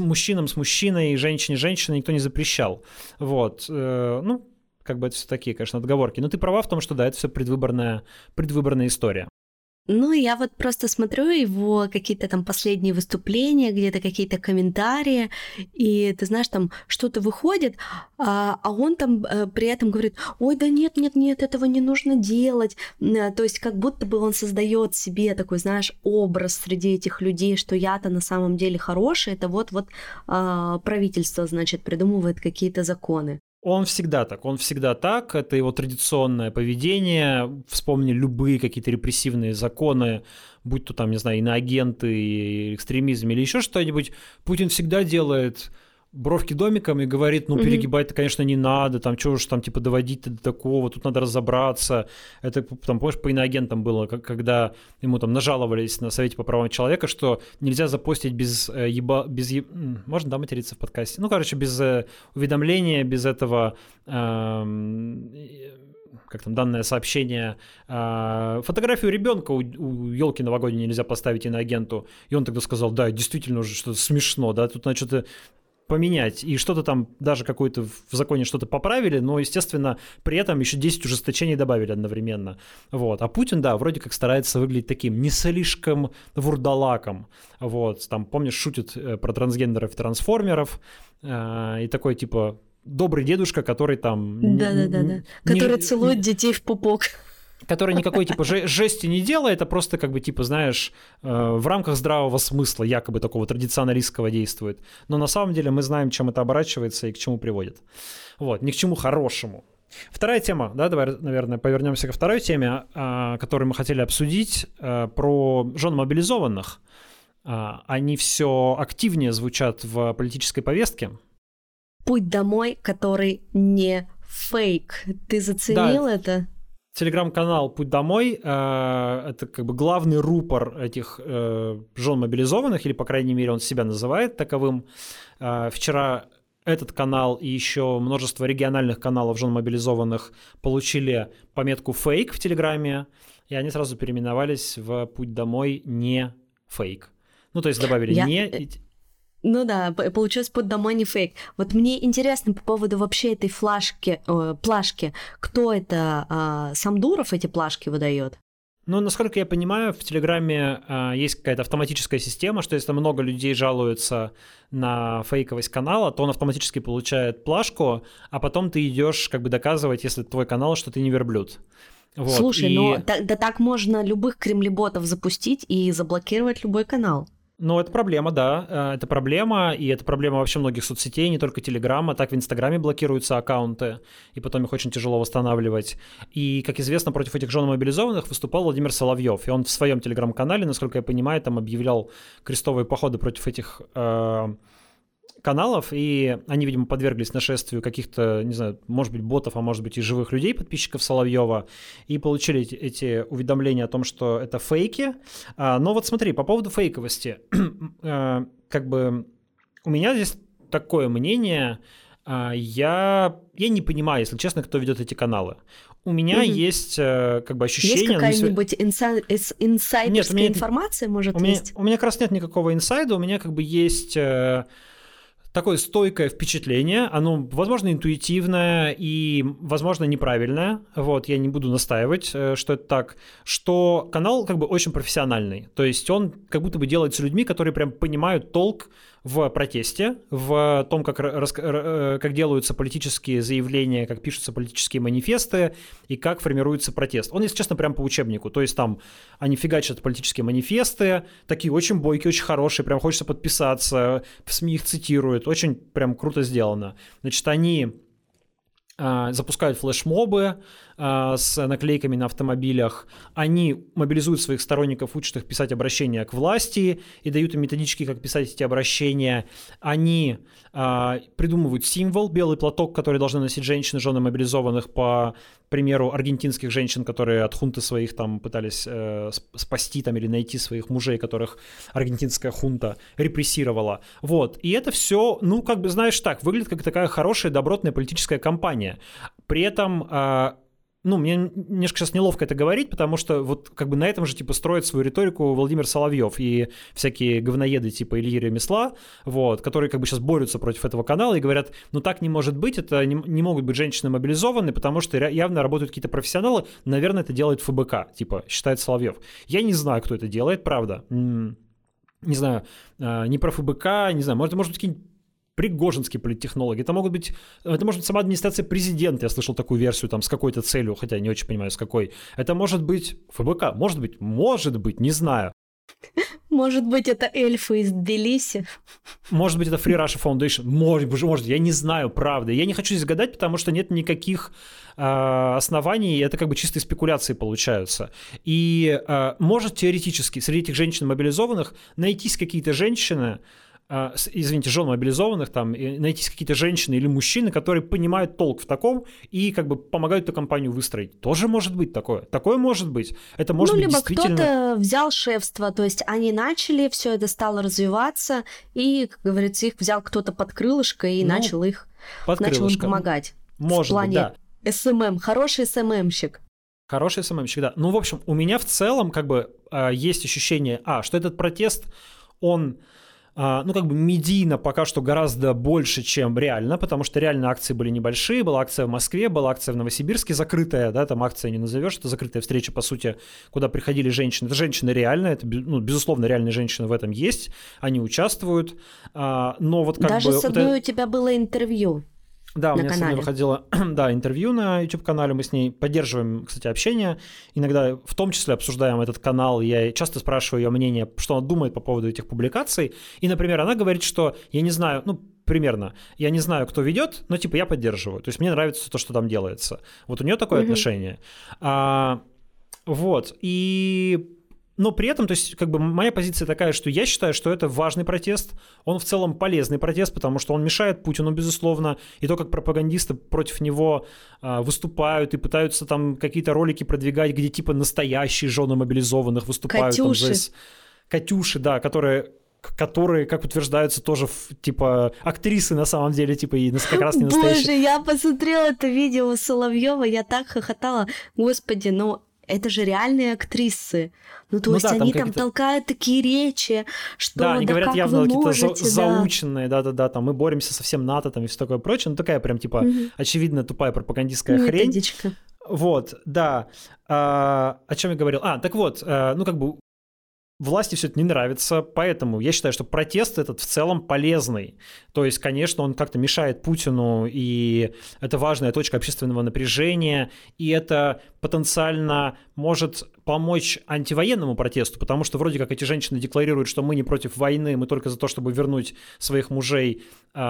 женщине с женщиной никто не запрещал. Вот. Ну, как бы это все такие, конечно, отговорки. Но ты права в том, что да, это все предвыборная история. Ну, я вот просто смотрю его какие-то там последние выступления, где-то какие-то комментарии, и ты знаешь, там что-то выходит, а он там при этом говорит: ой, да нет, этого не нужно делать. То есть как будто бы он создает себе такой, знаешь, образ среди этих людей, что я-то на самом деле хороший, это вот правительство, значит, придумывает какие-то законы. Он всегда так, это его традиционное поведение. Вспомни любые какие-то репрессивные законы, будь то там, не знаю, иноагенты, экстремизм или еще что-нибудь. Путин всегда делает бровки домиком и говорит, ну, перегибать-то, конечно, не надо, там, чего уж там, типа, доводить-то до такого, тут надо разобраться. Это, там, помнишь, по иноагентам было, когда ему там нажаловались на Совете по правам человека, что нельзя запостить можно, да, материться в подкасте? Ну, короче, без уведомления, без этого... как там, данное сообщение, фотографию ребенка у елки новогодней нельзя поставить иноагенту. И он тогда сказал, да, действительно уже что-то смешно, да, тут надо что-то поменять. И что-то там, даже какое-то в законе что-то поправили, но, естественно, при этом еще 10 ужесточений добавили одновременно. Вот. А Путин, да, вроде как старается выглядеть таким не слишком вурдалаком. Вот. Там, помнишь, шутит про трансгендеров и трансформеров, и такой, типа, добрый дедушка, который там... Да-да-да, который целует детей в пупок. Который никакой, типа, жести не делает, а просто, как бы, типа, знаешь, в рамках здравого смысла, якобы такого традиционалистского действует. Но на самом деле мы знаем, чем это оборачивается и к чему приводит. Вот, ни к чему хорошему. Вторая тема, да, давай, наверное, повернемся ко второй теме, которую мы хотели обсудить, про жен мобилизованных. Они все активнее звучат в политической повестке. Путь домой, который не фейк. Ты заценил это? Телеграм-канал «Путь домой» — это как бы главный рупор этих жен мобилизованных, или, по крайней мере, он себя называет таковым. Вчера этот канал и еще множество региональных каналов жен мобилизованных получили пометку «фейк» в Телеграме, и они сразу переименовались в «Путь домой не фейк». Ну, то есть добавили «не». Ну да, получилось put the money fake. Вот мне интересно по поводу вообще этой плашки. Кто это? Сам Дуров эти плашки выдает? Ну, насколько я понимаю, в Телеграме есть какая-то автоматическая система, что если много людей жалуются на фейковость канала, то он автоматически получает плашку, а потом ты идешь как бы доказывать, если твой канал, что ты не верблюд. Вот. Слушай, но так можно любых кремлеботов запустить и заблокировать любой канал. Ну, это проблема, да, это проблема, и это проблема вообще многих соцсетей, не только Телеграма, так в Инстаграме блокируются аккаунты, и потом их очень тяжело восстанавливать. И, как известно, против этих жен мобилизованных выступал Владимир Соловьев, и он в своем Телеграм-канале, насколько я понимаю, там объявлял крестовые походы против этих каналов, и они, видимо, подверглись нашествию каких-то, не знаю, может быть, ботов, а может быть и живых людей, подписчиков Соловьева, и получили эти уведомления о том, что это фейки. Но вот смотри, по поводу фейковости, как бы у меня здесь такое мнение, я не понимаю, если честно, кто ведет эти каналы. У меня есть как бы ощущение... Есть какая-нибудь инсайдерская информация, может, есть? У меня как раз нет никакого инсайда, у меня как бы есть... такое стойкое впечатление, оно, возможно, интуитивное и, возможно, неправильное, вот, я не буду настаивать, что это так, что канал как бы очень профессиональный, то есть он как будто бы делается людьми, которые прям понимают толк в протесте, в том, как делаются политические заявления, как пишутся политические манифесты и как формируется протест. Он, если честно, прям по учебнику. То есть там они фигачат политические манифесты, такие очень бойкие, очень хорошие, прям хочется подписаться, в СМИ их цитируют, очень прям круто сделано. Значит, они запускают флешмобы с наклейками на автомобилях, они мобилизуют своих сторонников, учат их писать обращения к власти и дают им методички, как писать эти обращения, они придумывают символ, белый платок, который должны носить женщины, жены мобилизованных, по примеру аргентинских женщин, которые от хунты своих там пытались спасти там или найти своих мужей, которых аргентинская хунта репрессировала. Вот, и это все, ну, как бы, знаешь, так, выглядит как такая хорошая, добротная политическая кампания. При этом... Ну, мне немножко сейчас неловко это говорить, потому что вот как бы на этом же типа строит свою риторику Владимир Соловьев и всякие говноеды типа Ильи Ремесла, вот, которые как бы сейчас борются против этого канала и говорят, ну так не может быть, это не могут быть женщины мобилизованы, потому что явно работают какие-то профессионалы, наверное, это делает ФБК, типа, считает Соловьев. Я не знаю, кто это делает, правда. Не знаю, не про ФБК, не знаю, может быть, какие-нибудь пригожинские политтехнологи, это может быть сама администрация президента, я слышал такую версию там с какой-то целью, хотя я не очень понимаю с какой. Это может быть ФБК, может быть, не знаю. Может быть, это эльфы из Тбилиси. Может быть, это Free Russia Foundation. Может, я не знаю, правда. Я не хочу здесь гадать, потому что нет никаких оснований, это как бы чистые спекуляции получаются. И может теоретически среди этих женщин мобилизованных найтись какие-то женщины, извините, жен мобилизованных, там, найтись какие-то женщины или мужчины, которые понимают толк в таком и как бы помогают эту компанию выстроить. Тоже может быть такое. Такое может быть. Это может быть либо действительно... кто-то взял шефство, то есть они начали, все это стало развиваться, и, как говорится, их взял кто-то под крылышко и начал им помогать. Может в плане быть, да. СММ, хороший СММщик. Хороший СММщик, да. Ну, в общем, у меня в целом как бы есть ощущение, что этот протест, он... ну, как бы медийно пока что гораздо больше, чем реально, потому что реально акции были небольшие, была акция в Москве, была акция в Новосибирске, закрытая, да, там акция не назовешь, это закрытая встреча, по сути, куда приходили женщины. Это женщины реальные, это, ну, безусловно, реальные женщины в этом есть, они участвуют, но вот как даже бы... с одной у тебя было интервью. Да, у меня сегодня выходило интервью на YouTube-канале, мы с ней поддерживаем, кстати, общение, иногда в том числе обсуждаем этот канал, я часто спрашиваю ее мнение, что она думает по поводу этих публикаций, и, например, она говорит, что я не знаю, ну, примерно, я не знаю, кто ведет, но типа я поддерживаю, то есть мне нравится то, что там делается. Вот у нее такое отношение. Вот, и... Но при этом, то есть, как бы моя позиция такая, что я считаю, что это важный протест, он в целом полезный протест, потому что он мешает Путину, безусловно, и то, как пропагандисты против него выступают и пытаются там какие-то ролики продвигать, где типа настоящие жены мобилизованных выступают. Катюши. Там, Катюши, да, которые, как утверждаются, тоже, типа, актрисы на самом деле, типа, и как раз не настоящие. Боже, я посмотрела это видео Соловьева, я так хохотала. Господи, ну... это же реальные актрисы. Ну, то Ну есть да, там они там какие-то- толкают такие речи, что Да, они да говорят как явно вы какие-то можете, да. заученные, да-да-да, там мы боремся со всем НАТО там и все такое прочее. Ну, такая прям типа Мгм. очевидно тупая пропагандистская хрень. Методичка. Вот, да. О чем я говорил? Так вот, ну как бы власти все это не нравится, поэтому я считаю, что протест этот в целом полезный. То есть, конечно, он как-то мешает Путину, и это важная точка общественного напряжения, и это потенциально может помочь антивоенному протесту, потому что вроде как эти женщины декларируют, что мы не против войны, мы только за то, чтобы вернуть своих мужей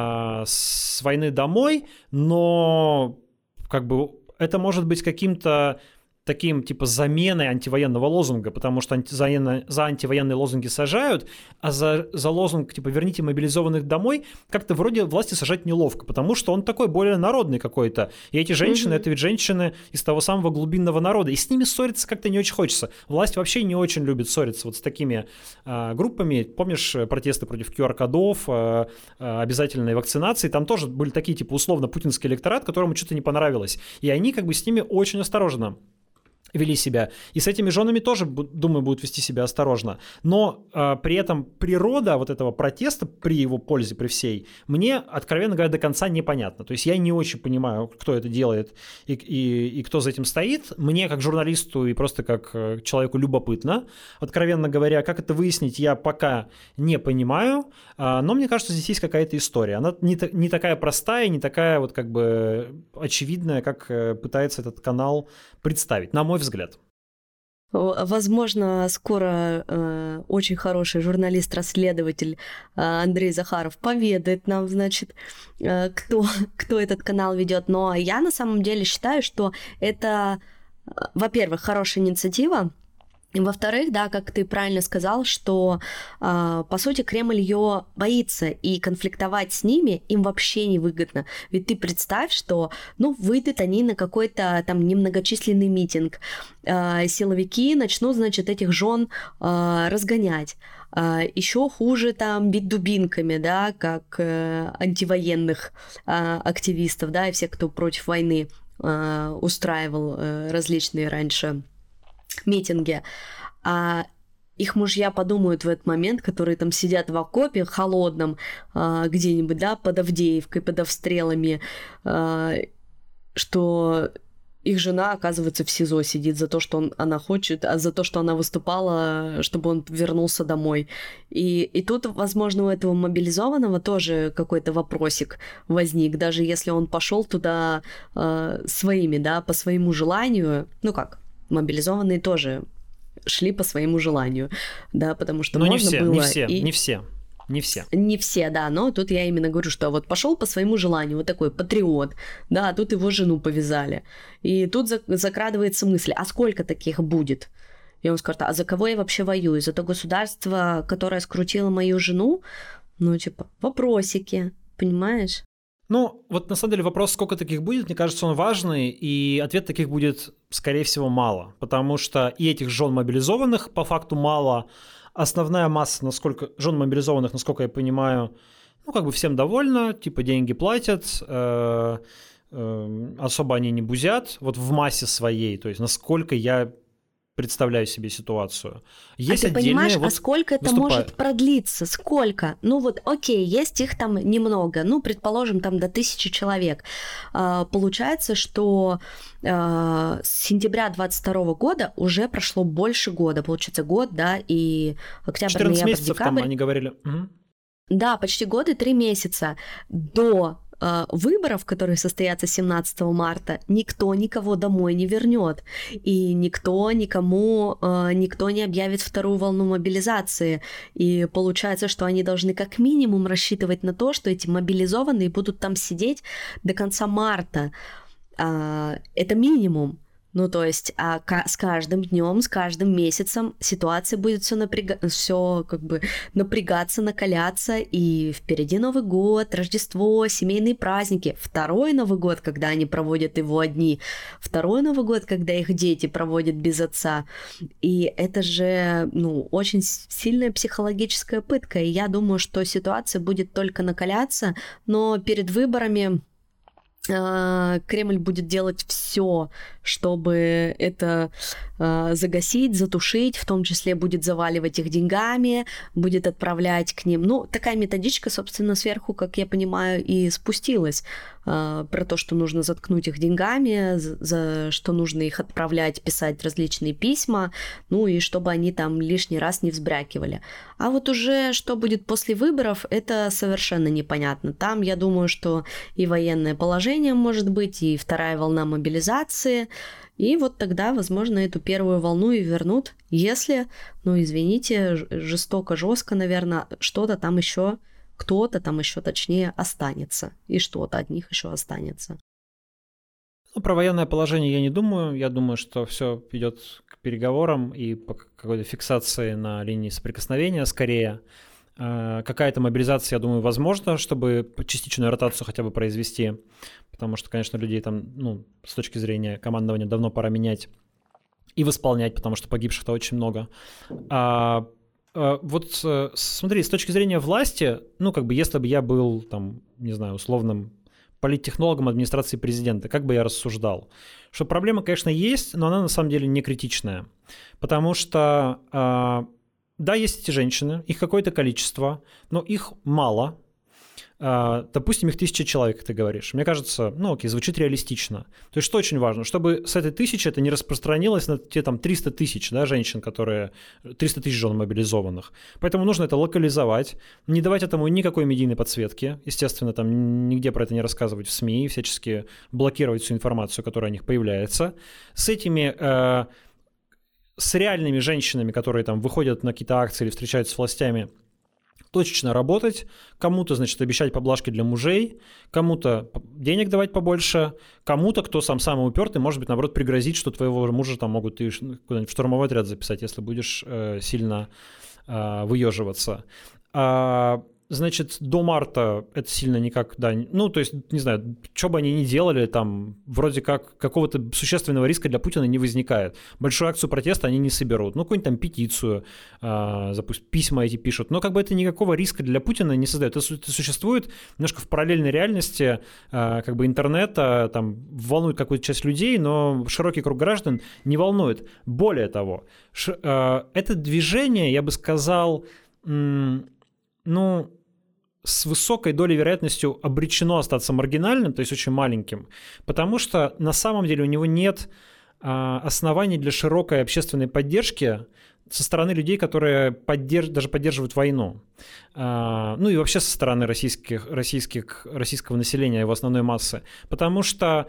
с войны домой, но как бы это может быть каким-то таким типа заменой антивоенного лозунга, потому что за антивоенные лозунги сажают, а за лозунг типа «верните мобилизованных домой» как-то вроде власти сажать неловко, потому что он такой более народный какой-то. И эти женщины, это ведь женщины из того самого глубинного народа, и с ними ссориться как-то не очень хочется. Власть вообще не очень любит ссориться вот с такими группами. Помнишь протесты против QR-кодов, обязательной вакцинации? Там тоже были такие типа условно путинский электорат, которому что-то не понравилось. И они как бы с ними очень осторожно вели себя. И с этими женами тоже, думаю, будут вести себя осторожно. Но при этом природа вот этого протеста при его пользе, при всей, мне, откровенно говоря, до конца непонятно. То есть я не очень понимаю, кто это делает и кто за этим стоит. Мне, как журналисту и просто как человеку любопытно. Откровенно говоря, как это выяснить, я пока не понимаю. Но мне кажется, здесь есть какая-то история. Она не такая простая, не такая вот как бы очевидная, как пытается этот канал представить, на мой взгляд. Возможно, скоро очень хороший журналист-расследователь Андрей Захаров поведает нам, значит, кто этот канал ведет. Но я на самом деле считаю, что это, во-первых, хорошая инициатива. И, во-вторых, да, как ты правильно сказал, что, по сути, Кремль ее боится, и конфликтовать с ними им вообще не выгодно. Ведь ты представь, что, выйдут они на какой-то там немногочисленный митинг, силовики начнут, значит, этих жен разгонять. Еще хуже там бить дубинками, да, как антивоенных активистов, да, и всех, кто против войны устраивал различные раньше митинги, а их мужья подумают в этот момент, которые там сидят в окопе холодном где-нибудь, да, под Авдеевкой, под обстрелами, что их жена, оказывается, в СИЗО сидит за то, что она хочет, а за то, что она выступала, чтобы он вернулся домой. И тут, возможно, у этого мобилизованного тоже какой-то вопросик возник, даже если он пошел туда своими, да, по своему желанию, мобилизованные тоже шли по своему желанию, да, потому что можно было... Не все, да, но тут я именно говорю, что вот пошел по своему желанию, вот такой патриот, да, а тут его жену повязали. И тут закрадывается мысль, а сколько таких будет? И он скажет, а за кого я вообще воюю? За то государство, которое скрутило мою жену? Вопросики, понимаешь? Вот на самом деле вопрос, сколько таких будет, мне кажется, он важный, и ответ таких будет, скорее всего, мало, потому что и этих жен мобилизованных по факту мало. Основная масса, жен мобилизованных, насколько я понимаю, всем довольна, типа деньги платят, особо они не бузят, вот в массе своей, то есть насколько я представляю себе ситуацию. Есть ты понимаешь, сколько это может продлиться? Сколько? Окей, есть их там немного, предположим, там до 1000 человек. Получается, что с сентября 2022 года уже прошло больше года, получается год, да, и октябрь, 14 ноябрь, месяцев декабрь. Там они говорили. Угу. Да, почти год и 3 месяца до выборов, которые состоятся 17 марта, никто никого домой не вернет, и никто не объявит вторую волну мобилизации, и получается, что они должны как минимум рассчитывать на то, что эти мобилизованные будут там сидеть до конца марта. Это минимум. То есть с каждым днем, с каждым месяцем ситуация будет все напрягаться, накаляться, и впереди Новый год, Рождество, семейные праздники, второй Новый год, когда они проводят его одни, второй Новый год, когда их дети проводят без отца. И это же, очень сильная психологическая пытка, и я думаю, что ситуация будет только накаляться, но перед выборами Кремль будет делать все, чтобы это загасить, затушить, в том числе будет заваливать их деньгами, будет отправлять к ним. Ну, такая методичка, собственно, сверху, как я понимаю, и спустилась про то, что нужно заткнуть их деньгами, за что нужно их отправлять, писать различные письма, ну и чтобы они там лишний раз не взбрякивали. А вот уже что будет после выборов, это совершенно непонятно. Там, я думаю, что и военное положение может быть, и вторая волна мобилизации, и вот тогда, возможно, эту первую волну и вернут, если, ну, извините, жестоко, жестко, наверное, что-то там еще, кто-то там еще, точнее, останется, и что-то от них еще останется. Ну, про военное положение я не думаю. Я думаю, что все идет к переговорам и по какой-то фиксации на линии соприкосновения скорее. Какая-то мобилизация, я думаю, возможно, чтобы частичную ротацию хотя бы произвести, потому что, конечно, людей там, ну, с точки зрения командования давно пора менять и восполнять, потому что погибших-то очень много. Вот смотри, с точки зрения власти, ну, как бы, если бы я был, там, не знаю, условным политтехнологом администрации президента, как бы я рассуждал? Что проблема, конечно, есть, но она на самом деле не критичная, потому что... Да, есть эти женщины, их какое-то количество, но их мало. Допустим, их 1000 человек, как ты говоришь. Мне кажется, ну окей, звучит реалистично. То есть что очень важно? Чтобы с этой 1000 это не распространилось на те там 300 тысяч, да, женщин, 300 тысяч жен мобилизованных. Поэтому нужно это локализовать, не давать этому никакой медийной подсветки. Естественно, там нигде про это не рассказывать в СМИ, всячески блокировать всю информацию, которая о них появляется. С реальными женщинами, которые там выходят на какие-то акции или встречаются с властями, точечно работать, кому-то, значит, обещать поблажки для мужей, кому-то денег давать побольше, кому-то, кто самый упертый, может быть, наоборот, пригрозить, что твоего мужа там могут и куда-нибудь в штурмовой отряд записать, если будешь сильно выеживаться. Значит, до марта это сильно никак, да, ну, то есть, не знаю, что бы они ни делали, там, вроде как какого-то существенного риска для Путина не возникает. Большую акцию протеста они не соберут, ну, какую-нибудь там петицию, письма эти пишут, но как бы это никакого риска для Путина не создает. Это существует немножко в параллельной реальности, как бы интернета, там, волнует какую-то часть людей, но широкий круг граждан не волнует. Более того, это движение, я бы сказал, ну, с высокой долей вероятностью обречено остаться маргинальным, то есть очень маленьким, потому что на самом деле у него нет оснований для широкой общественной поддержки со стороны людей, которые даже поддерживают войну. Ну и вообще со стороны российского населения, его основной массы. Потому что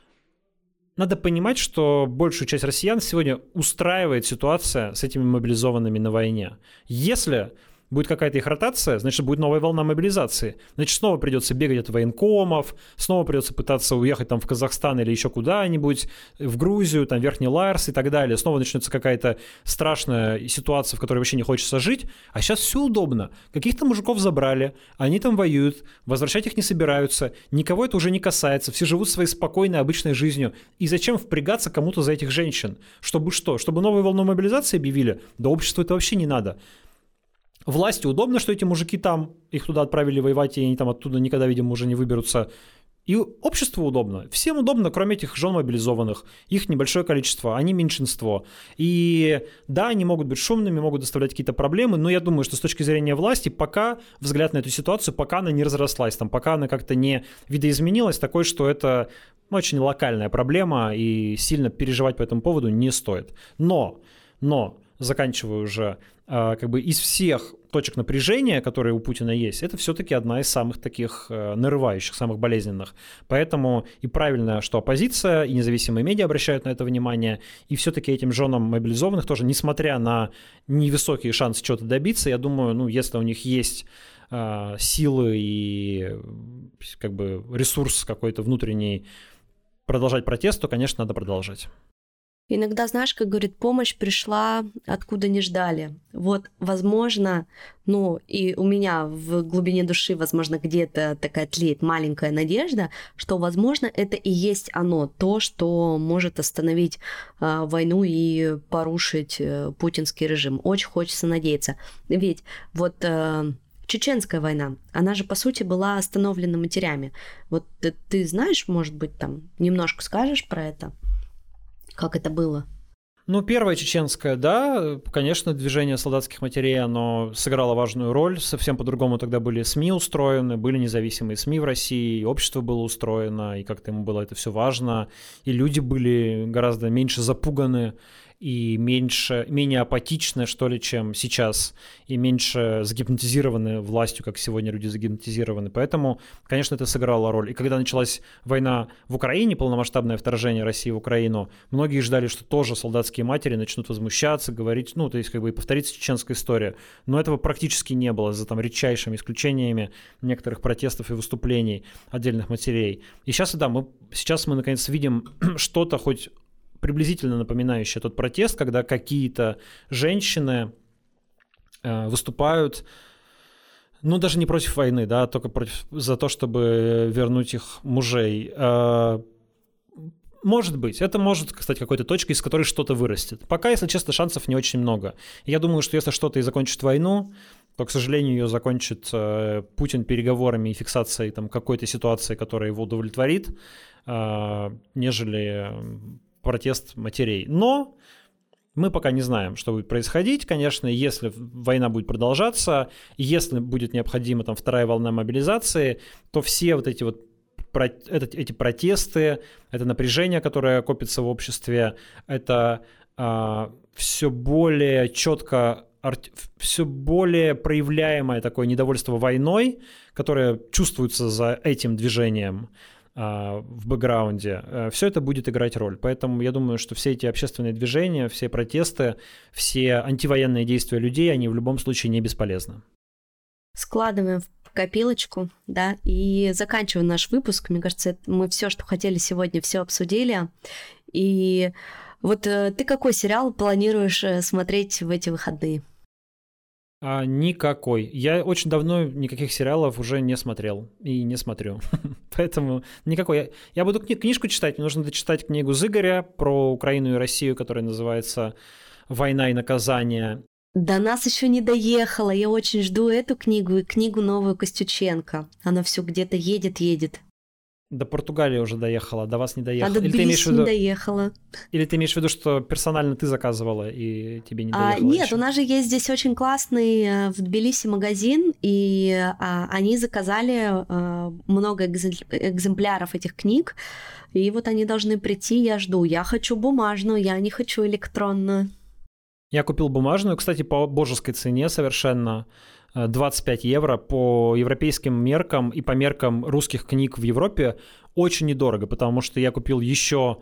надо понимать, что большую часть россиян сегодня устраивает ситуация с этими мобилизованными на войне. Если будет какая-то их ротация, значит, будет новая волна мобилизации. Значит, снова придется бегать от военкомов, снова придется пытаться уехать там в Казахстан или еще куда-нибудь, в Грузию, там, Верхний Ларс и так далее. Снова начнется какая-то страшная ситуация, в которой вообще не хочется жить. А сейчас все удобно. Каких-то мужиков забрали, они там воюют, возвращать их не собираются, никого это уже не касается, все живут своей спокойной, обычной жизнью. И зачем впрягаться кому-то за этих женщин? Чтобы что? Чтобы новую волну мобилизации объявили? Да обществу это вообще не надо. Власти удобно, что эти мужики там, их туда отправили воевать, и они там оттуда никогда, видимо, уже не выберутся. И обществу удобно. Всем удобно, кроме этих жен мобилизованных. Их небольшое количество, они меньшинство. И да, они могут быть шумными, могут доставлять какие-то проблемы, но я думаю, что с точки зрения власти, пока взгляд на эту ситуацию, пока она не разрослась, там, пока она как-то не видоизменилась, такой, что это очень локальная проблема, и сильно переживать по этому поводу не стоит. Но заканчиваю уже, как бы из всех точек напряжения, которые у Путина есть, это все-таки одна из самых таких нарывающих, самых болезненных. Поэтому и правильно, что оппозиция и независимые медиа обращают на это внимание, и все-таки этим женам мобилизованных тоже, несмотря на невысокие шансы чего-то добиться, я думаю, ну, если у них есть силы и как бы ресурс какой-то внутренний продолжать протест, то, конечно, надо продолжать. Иногда, знаешь, как говорит, помощь пришла, откуда не ждали. Вот, возможно, ну, и у меня в глубине души, возможно, где-то такая тлеет маленькая надежда, что, возможно, это и есть оно, то, что может остановить войну и порушить путинский режим. Очень хочется надеяться. Ведь вот Чеченская война, она же, по сути, была остановлена матерями. Вот ты знаешь, может быть, там немножко скажешь про это? Как это было? Ну, первая чеченская, да, конечно, движение солдатских матерей, оно сыграло важную роль, совсем по-другому тогда были СМИ устроены, были независимые СМИ в России, и общество было устроено, и как-то ему было это все важно, и люди были гораздо меньше запуганы, и менее апатичны, что ли, чем сейчас, и меньше загипнотизированы властью, как сегодня люди загипнотизированы. Поэтому, конечно, это сыграло роль. И когда началась война в Украине, полномасштабное вторжение России в Украину, многие ждали, что тоже солдатские матери начнут возмущаться, говорить, ну, то есть как бы и повторится чеченская история. Но этого практически не было, за там редчайшими исключениями некоторых протестов и выступлений отдельных матерей. И сейчас, да, сейчас мы наконец видим что-то хоть приблизительно напоминающее тот протест, когда какие-то женщины выступают, ну, даже не против войны, да, только за то, чтобы вернуть их мужей. Может быть. Это может, кстати, какой-то точкой, из которой что-то вырастет. Пока, если честно, шансов не очень много. Я думаю, что если что-то и закончит войну, то, к сожалению, ее закончит Путин переговорами и фиксацией там, какой-то ситуации, которая его удовлетворит, нежели протест матерей. Но мы пока не знаем, что будет происходить. Конечно, если война будет продолжаться, если будет необходима там вторая волна мобилизации, то все вот эти эти протесты, это напряжение, которое копится в обществе, это все более четко, все более проявляемое такое недовольство войной, которое чувствуется за этим движением в бэкграунде, все это будет играть роль. Поэтому я думаю, что все эти общественные движения, все протесты, все антивоенные действия людей, они в любом случае не бесполезны. Складываем в копилочку, да, и заканчиваем наш выпуск. Мне кажется, мы все, что хотели сегодня, все обсудили. И вот ты какой сериал планируешь смотреть в эти выходные? Никакой. Я очень давно никаких сериалов уже не смотрел и не смотрю. Поэтому никакой. Я буду книжку читать. Мне нужно дочитать книгу Зыгоря про Украину и Россию, которая называется «Война и наказание». До нас еще не доехала. Я очень жду эту книгу и книгу новую Костюченко. Она все где-то едет. До Португалии уже доехала, до вас не доехала. А до Тбилиси не доехала. Или ты имеешь в виду, что персонально ты заказывала и тебе не доехала? Нет, еще? У нас же есть здесь очень классный в Тбилиси магазин, и они заказали много экземпляров этих книг, и вот они должны прийти, я жду. Я хочу бумажную, я не хочу электронную. Я купил бумажную, кстати, по божеской цене совершенно. 25 евро по европейским меркам и по меркам русских книг в Европе очень недорого, потому что я купил еще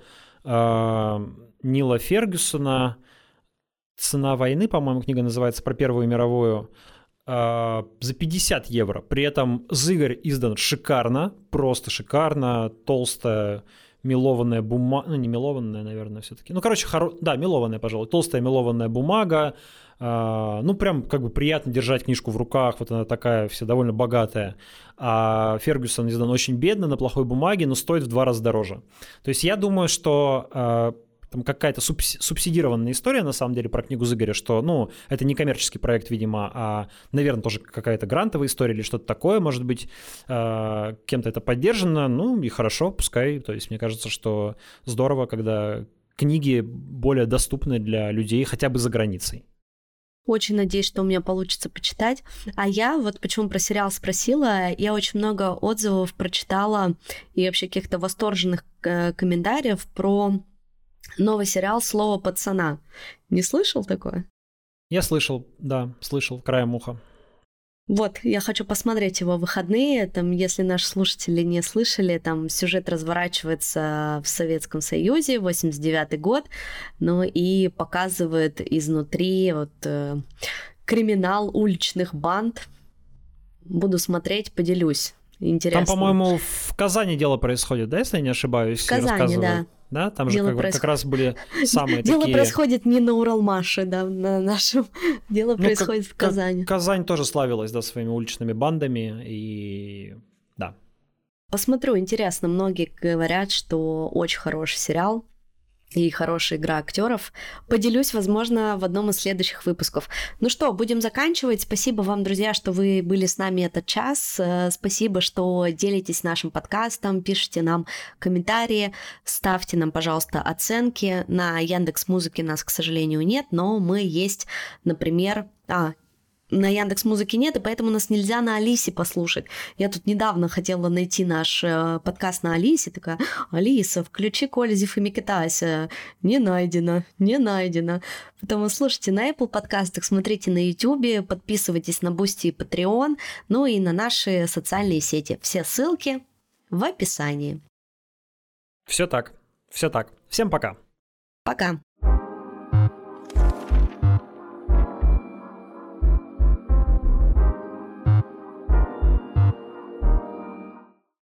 Нила Фергюсона «Цена войны», по-моему, книга называется, про Первую мировую, за 50 евро. При этом Зыгорь издан шикарно, просто шикарно, толстая мелованная бумага, ну не мелованная, наверное, все-таки. Ну, короче, да, мелованная, пожалуй, толстая мелованная бумага. Ну, прям как бы приятно держать книжку в руках, вот она такая вся довольно богатая. А Фергюсон издан очень бедно, на плохой бумаге, но стоит в 2 раза дороже. То есть я думаю, что там какая-то субсидированная история, на самом деле, про книгу Зыгоря, что, ну, это не коммерческий проект, видимо, а, наверное, тоже какая-то грантовая история или что-то такое, может быть, кем-то это поддержано, ну, и хорошо, пускай. То есть мне кажется, что здорово, когда книги более доступны для людей хотя бы за границей. Очень надеюсь, что у меня получится почитать. А я вот почему про сериал спросила, я очень много отзывов прочитала и вообще каких-то восторженных комментариев про новый сериал «Слово пацана». Не слышал такое? Я слышал, да, слышал краем уха. Вот, я хочу посмотреть его в выходные. Там, если наши слушатели не слышали, там сюжет разворачивается в Советском Союзе, 89-й год, ну и показывает изнутри вот криминал уличных банд. Буду смотреть, поделюсь. Интересно. Там, по-моему, в Казани дело происходит, да, если я не ошибаюсь? В Казани, да. Да, там же как раз были самые Дело такие... происходит не на Уралмаше, да, на нашем. Дело происходит в Казани. Казань тоже славилась, да, своими уличными бандами, и да. Посмотрю, интересно, многие говорят, что очень хороший сериал. и хорошая игра актеров. Поделюсь, возможно, в одном из следующих выпусков. Ну что, будем заканчивать. Спасибо вам, друзья, что вы были с нами этот час. Спасибо, что делитесь нашим подкастом, пишите нам комментарии, ставьте нам, пожалуйста, оценки. На Яндекс.Музыке нас, к сожалению, нет, но мы есть, например... На Яндекс.Музыке нет, и поэтому нас нельзя на Алисе послушать. Я тут недавно хотела найти наш подкаст на Алисе, такая: Алиса, включи Кользев и Микитася. Не найдено. Поэтому слушайте на Apple подкастах, смотрите на YouTube, подписывайтесь на Boosty и Patreon, ну и на наши социальные сети. Все ссылки в описании. Все так. Всем пока. Пока.